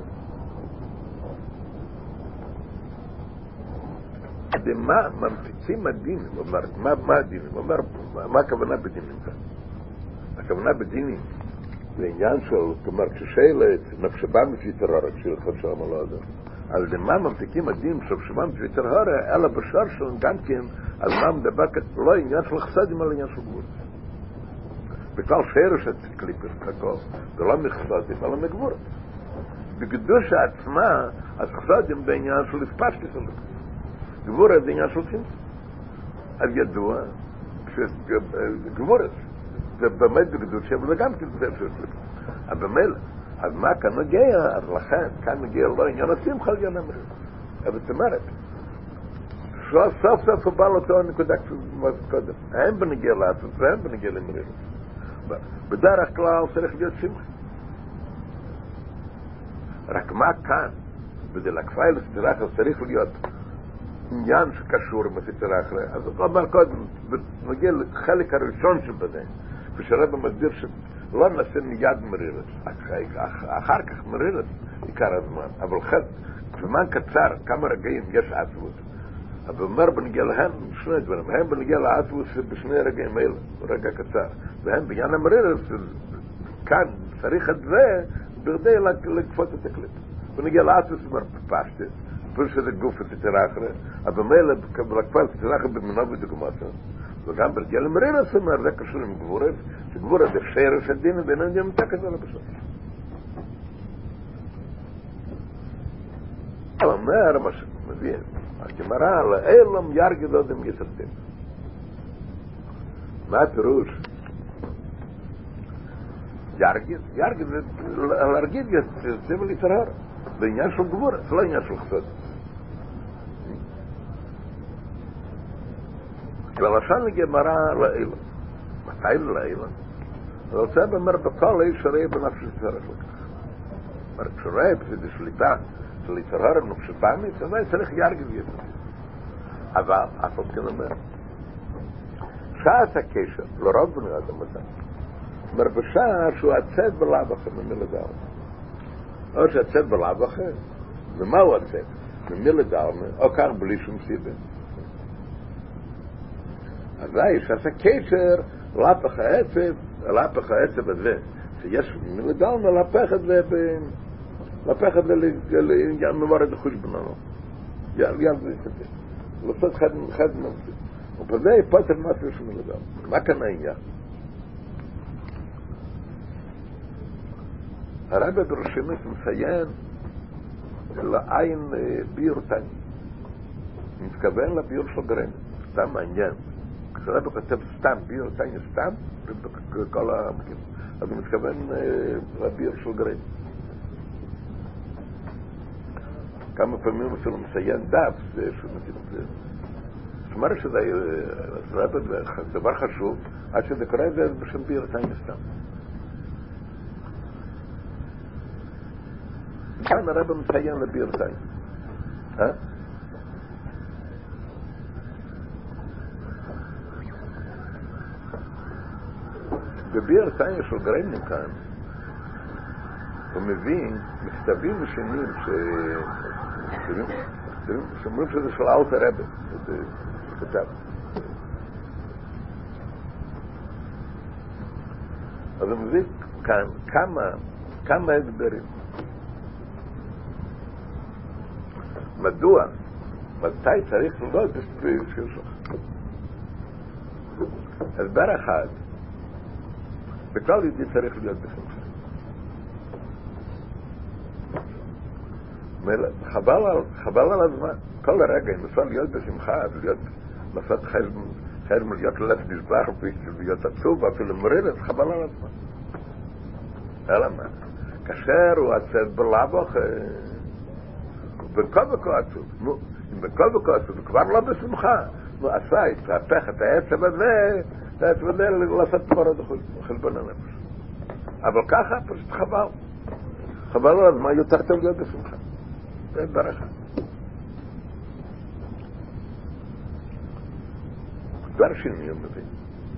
במה ממפיצים הדינים, אומר, מה, מה הדינים? אומר, מה הכוונה בדינים כאן? הכוונה בדינים, זה עניין של, כלומר, כששאלת, נפשבה מפיתררה, כשילכות שם לא יודע. על דמה ממתיקים הדינים של שבא מפיתררה, אלא בשור שלהם גם כן אז מה מדבר לא עניין של חסדים, אלא עניין של גבורת. בכלל שרש הקליפס ככל, זה לא מחסדים, אלא מגבורת. בקדושה עצמה, אז חסדים זה עניין של הספשתי שלו. גבורת זה עניין של צמצום. אז ידוע, גבורת, זה באמת בקדושה, אבל זה גם כזה שיש. אבל במילא, אז מה כאן מגיע? אז לכן, כאן מגיע לא עניין השמחה, אלא עניין המרירות. אבל זאת אומרת, סוף סוף הוא בא לאותו נקודה קודם. הם בנגיע לעצות, והם בנגיע למרירות. בדרך כלל צריך להיות שמחה. רק מה כאן? בזה לקפאי לסתירה אחר צריך להיות עניין שקשור עם הסתירה אחר. אז הוא אומר קודם, נגיע לחלק הראשון שבזה, כשהרב מסביר שלא נעשה מיד מרירות. אחר כך מרירות עיקר הזמן. אבל זמן קצר, כמה רגעים יש עצבות. אבל אומר בנגיע להם שני דברים. הם בנגיע לעצבות בשני רגעים האלה, רגע קצר. והם בעניין המרירות, כאן צריך את זה בכדי לקפוץ את הקליפ. ונגיע לעצבות אומר פשטי, אפילו שזה גוף הסתירה אחרי, אבל מילא לקפוץ הסתירה אחרי במנו ודוגמתו. וגם בנגיע למרירות אומר, זה קשור עם גבורת, שגבורת זה שרש הדין, ואינם ימתק את זה לבסוף. הוא אומר, מה שמבין, הגמרא, לאילום ירגד אודם יסרטים. מה הפירוש? ירגד? ירגד זה להרגיד יסרטים ולהתרהר. זה עניין של גבורת, זה לא עניין של חסד. ולשן לגמרא לאילום. מתי לאילום? הוא רוצה במר בכל איש שראה בנפש שצריך לכך. כשראה בזה שליטה, של יתרהר נפש פעמית, אז צריך ירגד יסרטים. אבל, אף עוד כן אומר, שעת הקשר, לרוב בני אדם הזה, אומר בשעה שהוא עצד בלב אחר, ממילה דארמה. או שעצד בלב אחר, ומה הוא עצד? ממילה דארמה, או כך בלי שום סיבה. אז שעת הקשר, לפח העצב, לפח העצב הזה, שיש ממילה דארמה, לפח את זה, לפח את זה למורה דחוש בננו. יאללה זה יסתכל. לעשות חד ממציא. ובזה פותר משהו שום לדבר. מה כאן העניין? הרב בראשימית מציין לעין ביור תני. מתכוון לביור של גרן. סתם העניין. כשהרב כותב סתם, ביור תני סתם, בכל המקים. אז הוא מתכוון לביור של גרן. כמה פעמים אפילו מציין דף, זה שמתאים. זאת אומרת שזה דבר חשוב, עד שזה קורה זה בשם ביר תניא סתם. כאן הרב מציין לביר תניא. אה? בביר תניא של גריינים כאן, הוא מבין מכתבים משנים ש... שאומרים שזה של אלתר רבי, זה כתב. אז הוא מביא כאן כמה, כמה הסברים. מדוע? מתי צריך ללמוד בשביל שלך? הסבר אחד, בכלל יהודי צריך להיות בשמחה. חבל על, חבל על הזמן. כל הרגע, אם אפשר להיות בשמחה, להיות, לעשות חרם, להיות ללף נשבר, להיות עצוב, אפילו מרירת, חבל על הזמן. אלא מה? כאשר הוא עצב בלבוך, בכל וכה עצוב. נו, אם בכל וכה עצוב, הוא כבר לא בשמחה. נו, עשה, התהפך את העצב הזה, את העצב הזה לעשות מורד חלבון הנפש. אבל ככה פשוט חבל. חבל על הזמן, יותר טוב להיות בשמחה. זה ברכה. דבר שני, הוא מבין.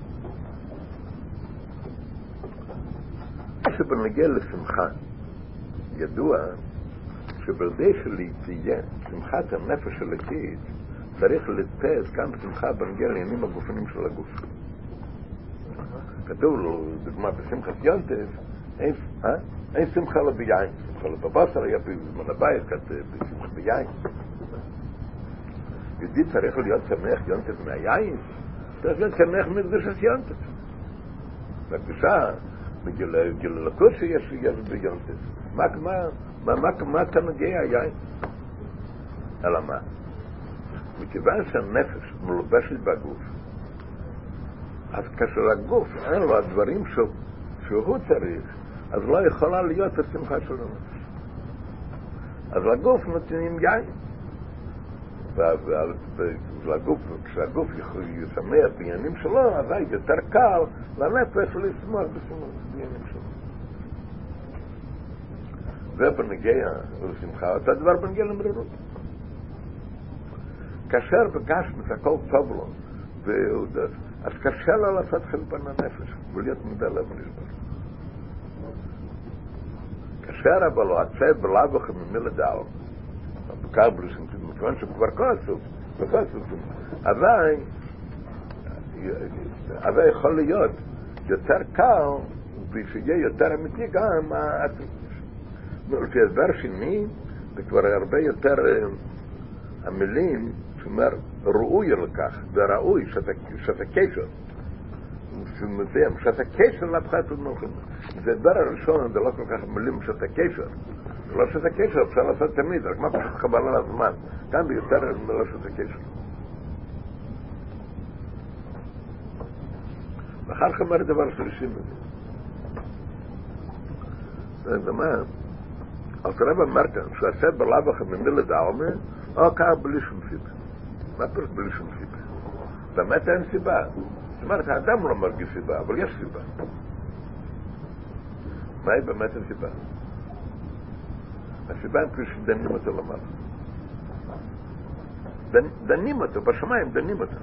שבנגיע לשמחה, ידוע שבלדי שלי תהיה שמחת הנפש הלקית, צריך לתפס כאן בשמחה בנגיע לעניינים הגופנים של הגוף. כתוב לו, דוגמה, בשמחת יונטף, אין, אה? אין שמחה לא ביין, שמחה לא בבשר, היה בזמן הבית, כתוב בשמחה ביין. יהודי צריך להיות שמח יונטף מהיין, צריך להיות שמח מקדושת יונטף. בקדושה, בגיללתו שיש ביונטף. מה, מה, מה, מה, מה אתה מגיע היין? אלא מה? מכיוון שהנפש מלובשת בגוף, אז כאשר הגוף אין לו הדברים שהוא, שהוא צריך, אז לא יכולה להיות השמחה של הנפש. אז לגוף נותנים יין. ולגוף, כשהגוף ישמח בעניינים שלו, אז יותר קל לנפש לשמוח בעניינים שלו. זה בנגיע לשמחה, אותו דבר בנגיע למרירות. כאשר בגשמית הכל טוב לו, אז קשה לו לעשות חלבון הנפש ולהיות מודע לב נשבר. כאשר אבל הוא עצב בלאו וכי ממילה דאו, בקר בלשנתים, מכיוון שהוא כבר כל הסוף, כל הסוף, אבל אבל יכול להיות יותר קל ושיהיה יותר אמיתי גם העצמי. לפי הסבר שני, זה כבר הרבה יותר המילים, שאומר, ראוי לכך, זה ראוי, שאתה קשר. שאתה קשר לפחת ומלחמה. זה דבר הראשון, זה לא כל כך מילים שאתה קשר. זה לא שאתה קשר, אפשר לעשות תמיד, רק מה פשוט חבל על הזמן. כאן ביותר זה לא שאתה קשר. ואחר כך אומר דבר שלישי מזה. זה מה? אז הרב אמר כאן, שהוא עשה בלאו אחר ממילה דאומה, או כך בלי שום סיבה. מה פשוט בלי שום סיבה? באמת אין סיבה. זאת אומרת, האדם לא מרגיש סיבה, אבל יש סיבה. מהי באמת הסיבה? הסיבה הם כפי שדנים אותו למעלה. דנים אותו, בשמיים דנים אותו.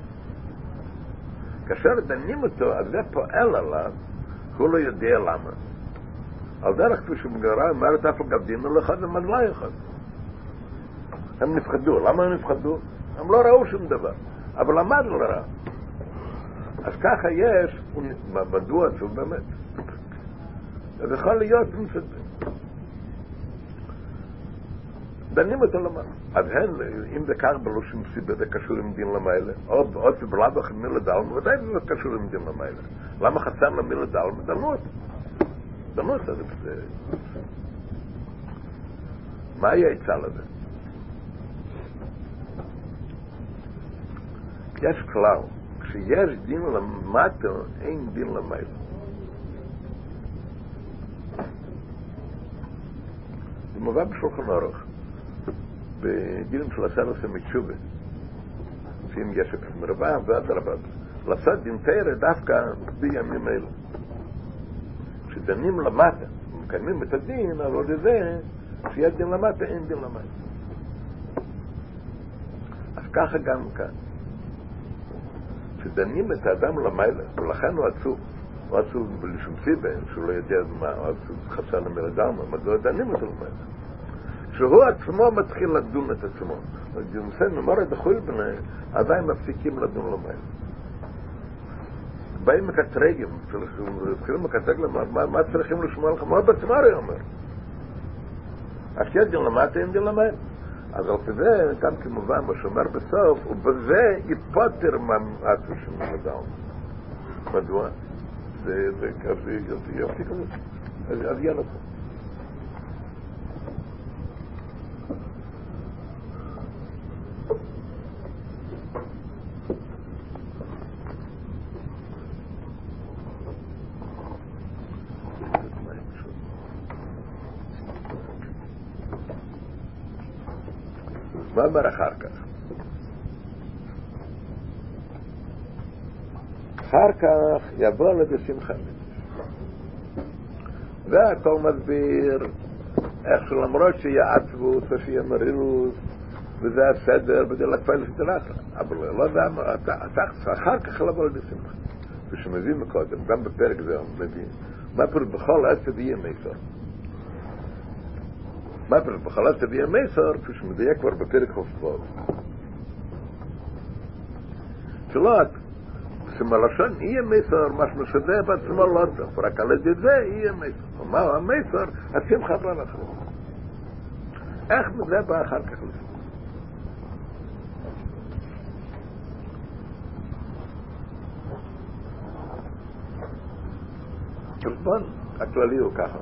כאשר דנים אותו, אז זה פועל עליו, הוא לא יודע למה. על דרך כפי שמגרה, אומרת אף הגבדינו לך, זה מנלה אחד. הם נפחדו. למה הם נפחדו? הם לא ראו שום דבר. אבל למד לא ראה. אז ככה יש, מדוע עצוב באמת. זה יכול להיות מסדר. דנים אותו למעלה. אז הן, אם זה כך בלא שום סיבה, זה קשור עם דין למעלה. עוד שבלאו בכי מילה דלמה, ודאי זה קשור עם דין למעלה. למה חסר למילה דלמה? דנו אותו. דנו אותו. מה יהיה עצה לזה? יש כלל. כשיש דין למטה, אין דין למעלה. זה מובא בשולחן ערוך. בדינים של עשר עשרה מתשובה. שאם יש את מרבה ועד רבה. לעשות דין תארה דווקא בימים אלו. כשדנים למטה, מקיימים את הדין, אבל זה, כשיש דין למטה, אין דין למעלה. אז ככה גם כאן. כשדנים את האדם למעלה, ולכן הוא עצוב, הוא עצוב בלי שום סיבה, שהוא לא יודע מה, הוא עצוב חסר למילה דלמה, מדוע דנים אותו למעלה. כשהוא עצמו מתחיל לדון את עצמו, וג'ונסן אומר את החול בני, עדיין מפסיקים לדון למעלה. באים מקטרגים, התחילו מקטרג למה, מה צריכים לשמוע לך? מה בצמרי אומר? אז יש דין למטה, אין דין למעלה. אז על כזה, גם כמובן, מה שאומר בסוף, ובזה יפוטר מעצו של מדעון. מדוע? זה, זה, זה, זה יופי כזה. אז יאללה פה. מה אומר אחר כך? אחר כך יבוא לבשמחה. והכל מסביר איך שלמרות שיהיה עצבות ושיהיה מרירות וזה הסדר וזה לקפל שתלך, אבל לא זה אחר כך לבוא לבשמחה. ושמביא מקודם, גם בפרק זה הוא מביא, מה פרק בכל עצב יהיה מיסר? מה פרק בכל עצב יהיה מיסר? כפי שמדייק כבר בפרק חופבות. שלא שמלשון יהיה מיסר, משהו שזה בעצמו לא טוב, רק על ידי זה יהיה מיסר. מה הוא המיסר? השמחה בא לך. איך מזה בא אחר כך לזה? החשבון הכללי הוא ככה.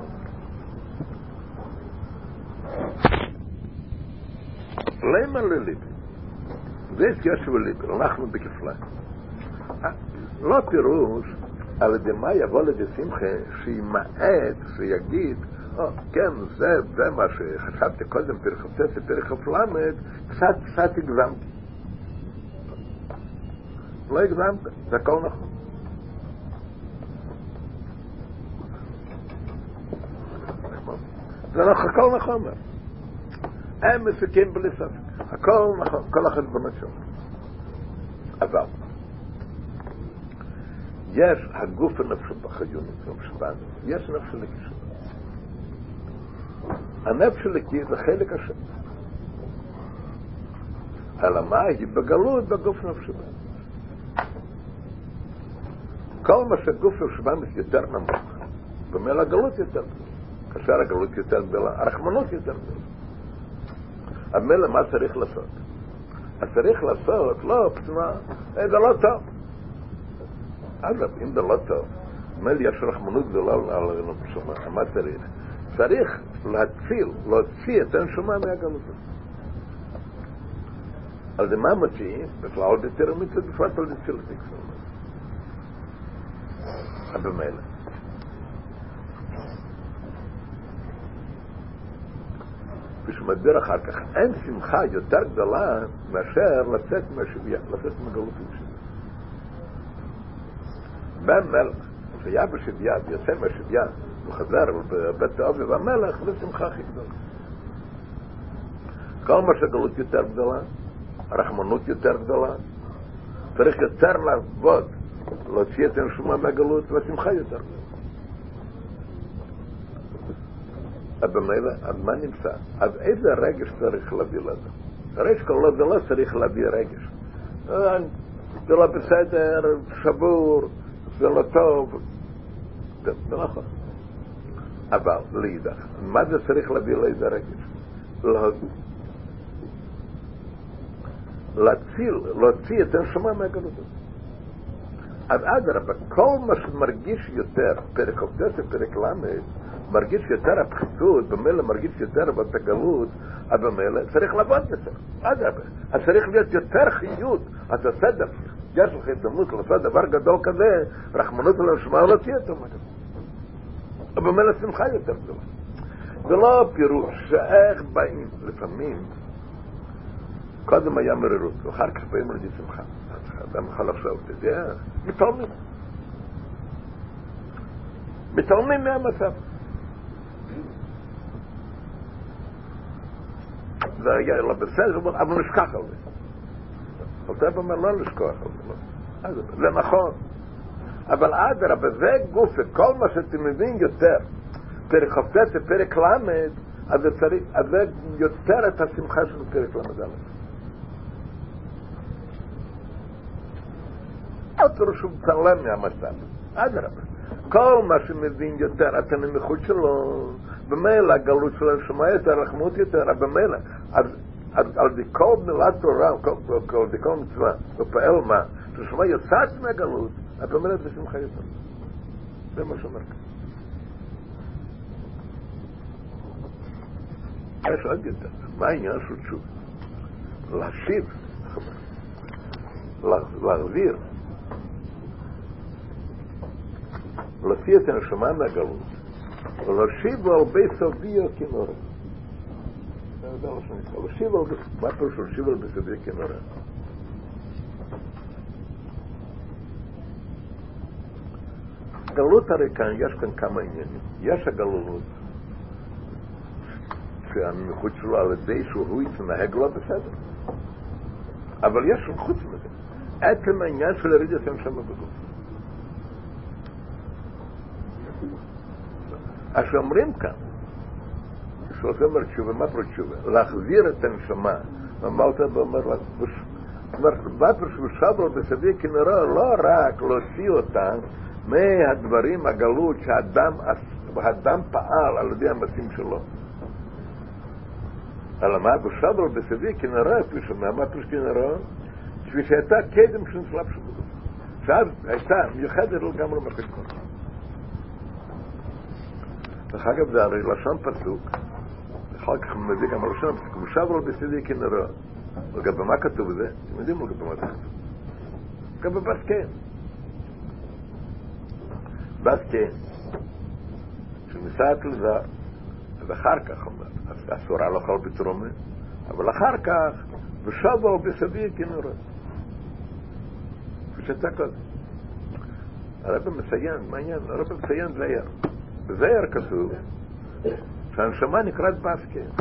למה לליבי? זה ישב לליבי, אנחנו בכפליים. לא פירוש על ידי מה יבוא לידי שמחה שימעט, שיגיד, או, כן, זה, זה מה שחשבתי קודם, פרק חפש ופרק חפלמת, קצת, קצת הגזמתי. לא הגזמת, זה הכל נכון. זה הכל נכון. הם מפיקים בלי ספק. הכל נכון, כל החשבונות שלנו. אבל יש הגוף הנפש בחיונות, יש נפש הלקי שלנו. הנפש הלקי זה חלק השם. אלא מה? היא בגלות בגוף נפש בנו. כל מה שהגוף נפש בנו יותר נמוך. במילא הגלות יותר גדולה. כאשר הגלות יותר גדולה, הרחמנות יותר גדולה. המילא מה צריך לעשות? אז צריך לעשות, לא, פתאום, זה לא טוב. אגב, אם זה לא טוב, מילא יש רחמנות גדולה על הנשמה, מה צריך? צריך להציל, להוציא את הנשמה מהגלות. אז מה מציעים? בכלל יותר מצד בפרט על להציל את הנשמה. אבל מילא. ושמדבר אחר כך, אין שמחה יותר גדולה מאשר לצאת מהשבייה, לצאת מהגלות לשבייה. בן מלך, שהיה בשבייה ויוצא מהשבייה, וחזר בבית האובי והמלך, זה שמחה הכי גדולה. כל מה שגלות יותר גדולה, הרחמנות יותר גדולה, צריך יותר לעבוד, להוציא את הנשמה מהגלות, והשמחה יותר גדולה. אבל מילא, אז מה נמצא? אז איזה רגש צריך להביא לזה? רגש כולו זה לא צריך להביא רגש. זה לא בסדר, שבור, זה לא טוב. זה נכון. אבל להידך, מה זה צריך להביא לאיזה רגש? להציל, להוציא את הנשמה מהגלות. אז אדרבה, כל מה שמרגיש יותר, פרק עובדס ופרק למד, מרגיש יותר הפחיתות, במילא מרגיש יותר בגלות, אז במילא צריך לעבוד יותר. אדרבה, אז צריך להיות יותר חיות, אז עושה דבר, יש לך הזדמנות לעשות דבר גדול כזה, רחמנות לנשמה להוציא אותו מהגלות. אז במילא שמחה יותר גדולה. זה לא פירוש שאיך באים, לפעמים, קודם היה מרירות, ואחר כך באים לידי שמחה. אדם יכול לחשוב, אתה יודע, מתעלמים. מתעלמים מהמצב. זה היה לא בסדר, אבל נשכח על זה. אבל זה אומר לא לשכוח על זה. זה נכון. אבל אדרבה, זה גוף, כל מה שאתם מבין יותר, פרק חפץ ופרק למד, אז זה יותר את השמחה של פרק למד עליו. אל תרשו בצלם מהמצב. אדרבה. כל מה שמבין יותר, אתה נמחות שלו, במילא הגלות של הנשמה יותר, רחמות יותר, במילא. אז על די כל מילת תורה, על די כל מצווה, ופעל מה? שהנשמה יוצאת מהגלות, אז במילא זה שמחה יותר. זה מה שאומר כאן. יש עוד יותר. מה העניין של תשובה? להשיב, להחזיר, להוציא את הנשמה מהגלות, ולהשיב על בית סביו כנורא. זה יודע מה שנקרא. להשיב על בית סביו, מה פירוש להשיב על בית סביו כנורא? הגלות הרי כאן, יש כאן כמה עניינים. יש הגלות שהמחוץ שלו על ידי שהוא יתנהג לא בסדר. אבל יש חוץ מזה. עצם העניין של לרדת שם בגוף. אז שאומרים כאן, שעושה אומר תשובה, מה פרו תשובה? להחזיר את הנשמה. מה אותה ואומר לה? מה פרו שבר בסבי כנראה לא רק להוציא אותה מהדברים הגלות שהאדם פעל על ידי המעשים שלו. אלא מה? בשבר בסבי כנראה, מה פרו כנראה? כפי שהייתה קדם שנצלב שבגוף. שאז הייתה מיוחדת לגמרי מהחשבון. דרך אגב, זה הרי לשון פסוק, אחר כך מביא גם לשון פסוק, ושב לו בצדי כנראה. לגבי מה כתוב בזה? אתם יודעים לגבי מה זה כתוב. לגבי בסקן. בסקן. שניסה תלזר, אז אחר כך אומר, אסורה לאכול בתרומה, אבל אחר כך, ושב לו בצדי כנראה. ושתה קודם. הרב מציין, מעניין, הרב מציין זייר. בזייר כתוב, שהנשמה נקראת בסקן.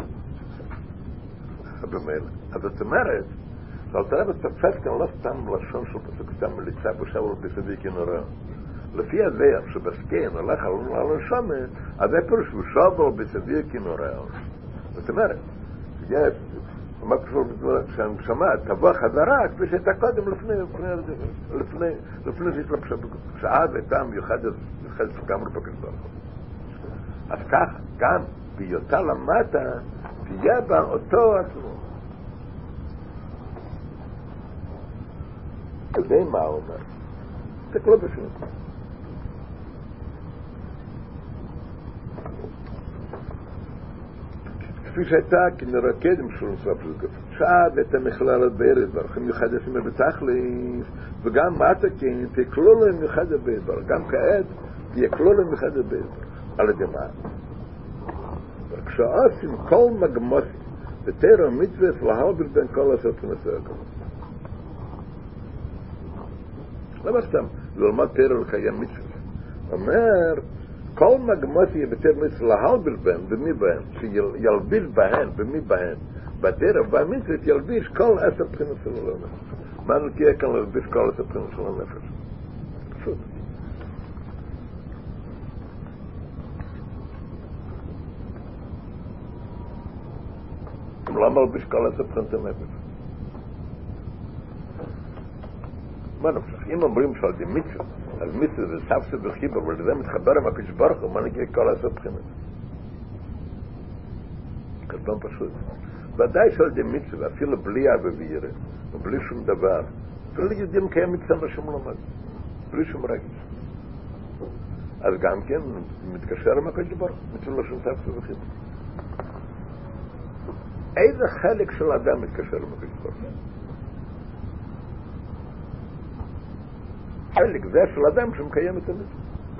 במילא. אז זאת אומרת, אבל תראה בסתפס כאן לא סתם לשון של פסוק סתם מליצה ושב לו בצדי כנראה. לפי הזייר שבסקן הולך על הנשמה, אז זה פירוש ושב לו בצדי כנראה. זאת אומרת, יש, מה קשור שהנשמה תבוא חזרה כפי שהייתה קודם לפני לפני לפני שהתלבשה בגוף, שעה והייתה מיוחדת לגמרי בקדוש ברוך הוא. אז כך גם בהיותה למטה תהיה בה אותו עצמו. זה מה הוא אומר? זה כלום בשביל. כפי שהייתה כנראה קדם של נוסף לגוף. שעה והייתה מכללת בארץ ברוך, הם מיוחדת עם בתכליס, וגם מטה כן תהיה כלולה מיוחדת בארץ ברוך, גם כעת תהיה כלולה מיוחדת בארץ ברוך. על ידי מה? כשעושים כל מגמוסים ותרא מצווה להלביש בין כל הסוף ונסויגו. למה סתם? ללמד תרא לקיים מצווה. אומר, כל מגמוסי בתרא מצווה להלביש בין, במי בהן? שילביש בהן, במי בהן? בתרא, במצווה ילביש כל עשר בחינות של הנפש. מה נקיע כאן להלביש כל עשר בחינות של הנפש? פשוט. לא מלביש כל עשר בחינות הנפש. מה נפשך? אם אומרים שעל די מצווה, אז מצווה זה סבסה בחיבר, אבל זה מתחבר עם הקדוש ברוך הוא, מה נגיע כל עשר בחינות? כתוב פשוט. ודאי שעל די מצווה, אפילו בלי אבא וירא, ובלי שום דבר, אפילו יודעים קיים מצווה מה שום למד, בלי שום רגש. אז גם כן מתקשר עם הקדוש ברוך הוא, מצווה לשום סבסה בחיבר. איזה חלק של אדם מתקשר עם הקדוש ברוך הוא? חלק זה של אדם שמקיים את המצווה.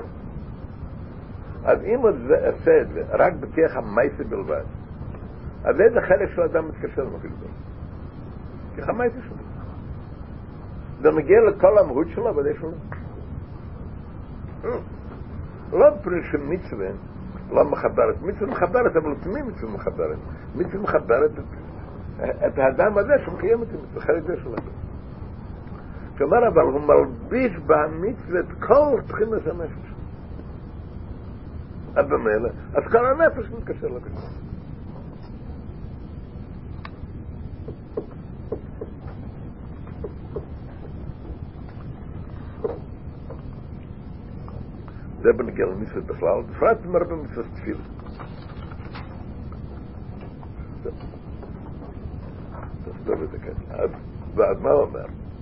אז אם הוא עושה את זה רק בכך המייסה בלבד, אז איזה חלק של אדם מתקשר עם הקדוש ברוך הוא? ככה המייסה שלו. זה מגיע לכל המהות שלו, אבל יש לו. לא פרי שמצווה לא מחברת. מצווה מחברת, אבל תמי מצווה מחברת. מצווה מחברת את האדם הזה שמקיים את המצווה, חלק זה של אדם. כלומר, אבל הוא מלביש במצווה את כל תחינת הנפש. אז במילא, אז כל הנפש מתקשר לקדוש. זה בנגיע למצווה בכלל, בפרט אומר במצווה תפילה. תסתובב את זה כאן. ועד מה הוא אומר?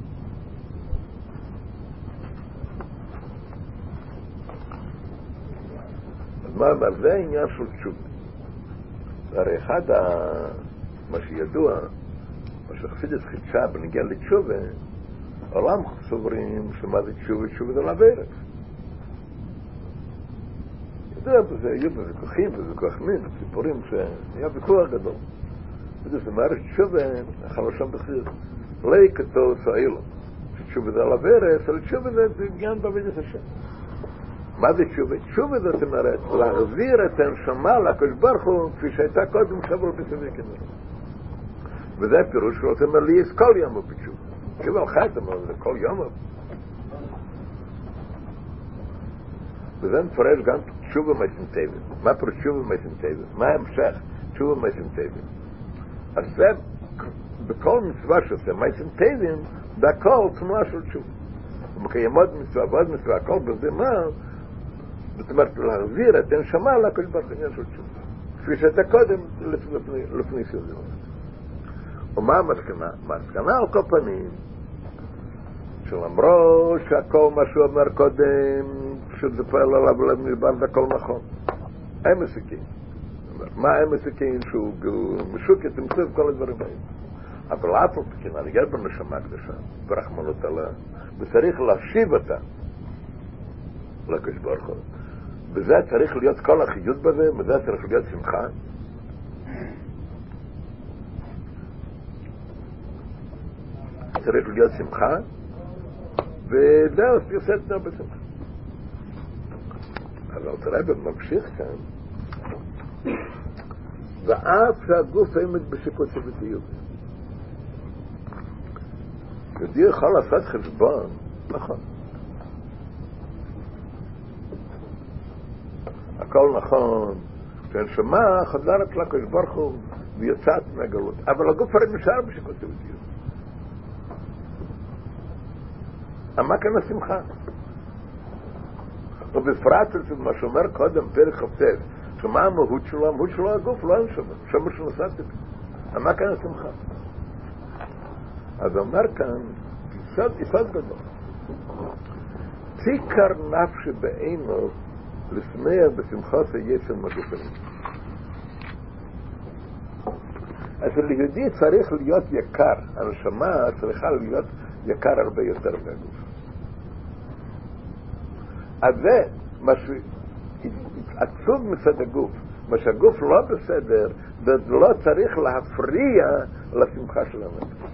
מה אומר? זה העניין של תשובה. הרי אחד ה... מה שידוע, מה שחסידות חידשה בנגיע לתשובה, עולם סוברים שמה זה תשובה, תשובה זה לעברת. יודע, זה היו בוויכוחים, בוויכוחים, סיפורים שהיה ויכוח גדול. וזה אומר שתשובה, החלושם בחסידות, לא כתוב סועילו, שתשובה זה לעברת, אבל תשובה זה עניין בעבודת השם. מה זה תשובה? תשובה זאת אומרת, להחזיר את הנשמה לקדוש ברוך הוא כפי שהייתה קודם ושב לו בצדי כנראה. וזה הפירוש שלו, זאת אומרת, לי יש כל יום בתשובה. תשובה על חטא, אבל זה כל יום. וזה מפרש גם תשובה מייסים טבע. מה פירוש תשובה מייסים טבע? מה המשך? תשובה מייסים טבע. אז זה, בכל מצווה שעושה מייסים טבעים, זה הכל תנועה של תשובה. ומקיים עוד מצווה ועוד מצווה, הכל בזה מה? זאת אומרת, להחזיר את הנשמה לקדוש ברוך הוא של תשובה. כפי שהייתה קודם לפני שזה. ומה המסקנה? המסקנה על כל פנים, שלמרות שהכל מה שהוא אומר קודם, פשוט זה פועל עליו ולמדבר, זה הכל נכון. אמס הקין. מה אמס הקין שהוא משוקת עם סביב כל הדברים האלה. אבל אף על פי כן, אני גר בנשמה קדושה, ברחמנות עליה, וצריך להשיב אותה לקדוש ברוך הוא. בזה צריך להיות כל החיות בזה, בזה צריך להיות שמחה. צריך להיות שמחה, וזהו, תעשת נא בשמחה. אבל תראה בממשיך כאן, ואף שהגוף עמד בשקות שבטיות. יהודי יכול לעשות חשבון, נכון. הכל נכון, שהנשמה חזרת לקדוש ברוך הוא ויצאת מהגלות, אבל הגוף הרי נשאר בשקות שבטיות. מה כאן השמחה? ובפרט את מה שאומר קודם פרק חפש, שמה המהות שלו? המהות שלו הגוף, לא הנשמה, שמה שנוסעתי. מה כאן השמחה? אז אומר כאן, יסוד, יסוד גדול. ציקר נפשי בעינו לשמח בשמחת היצר מגופנים. אז ליהודי צריך להיות יקר, הנשמה צריכה להיות יקר הרבה יותר מהגוף. אז זה מה שעצוב מצד הגוף, מה שהגוף לא בסדר, ולא צריך להפריע לשמחה של הנפש.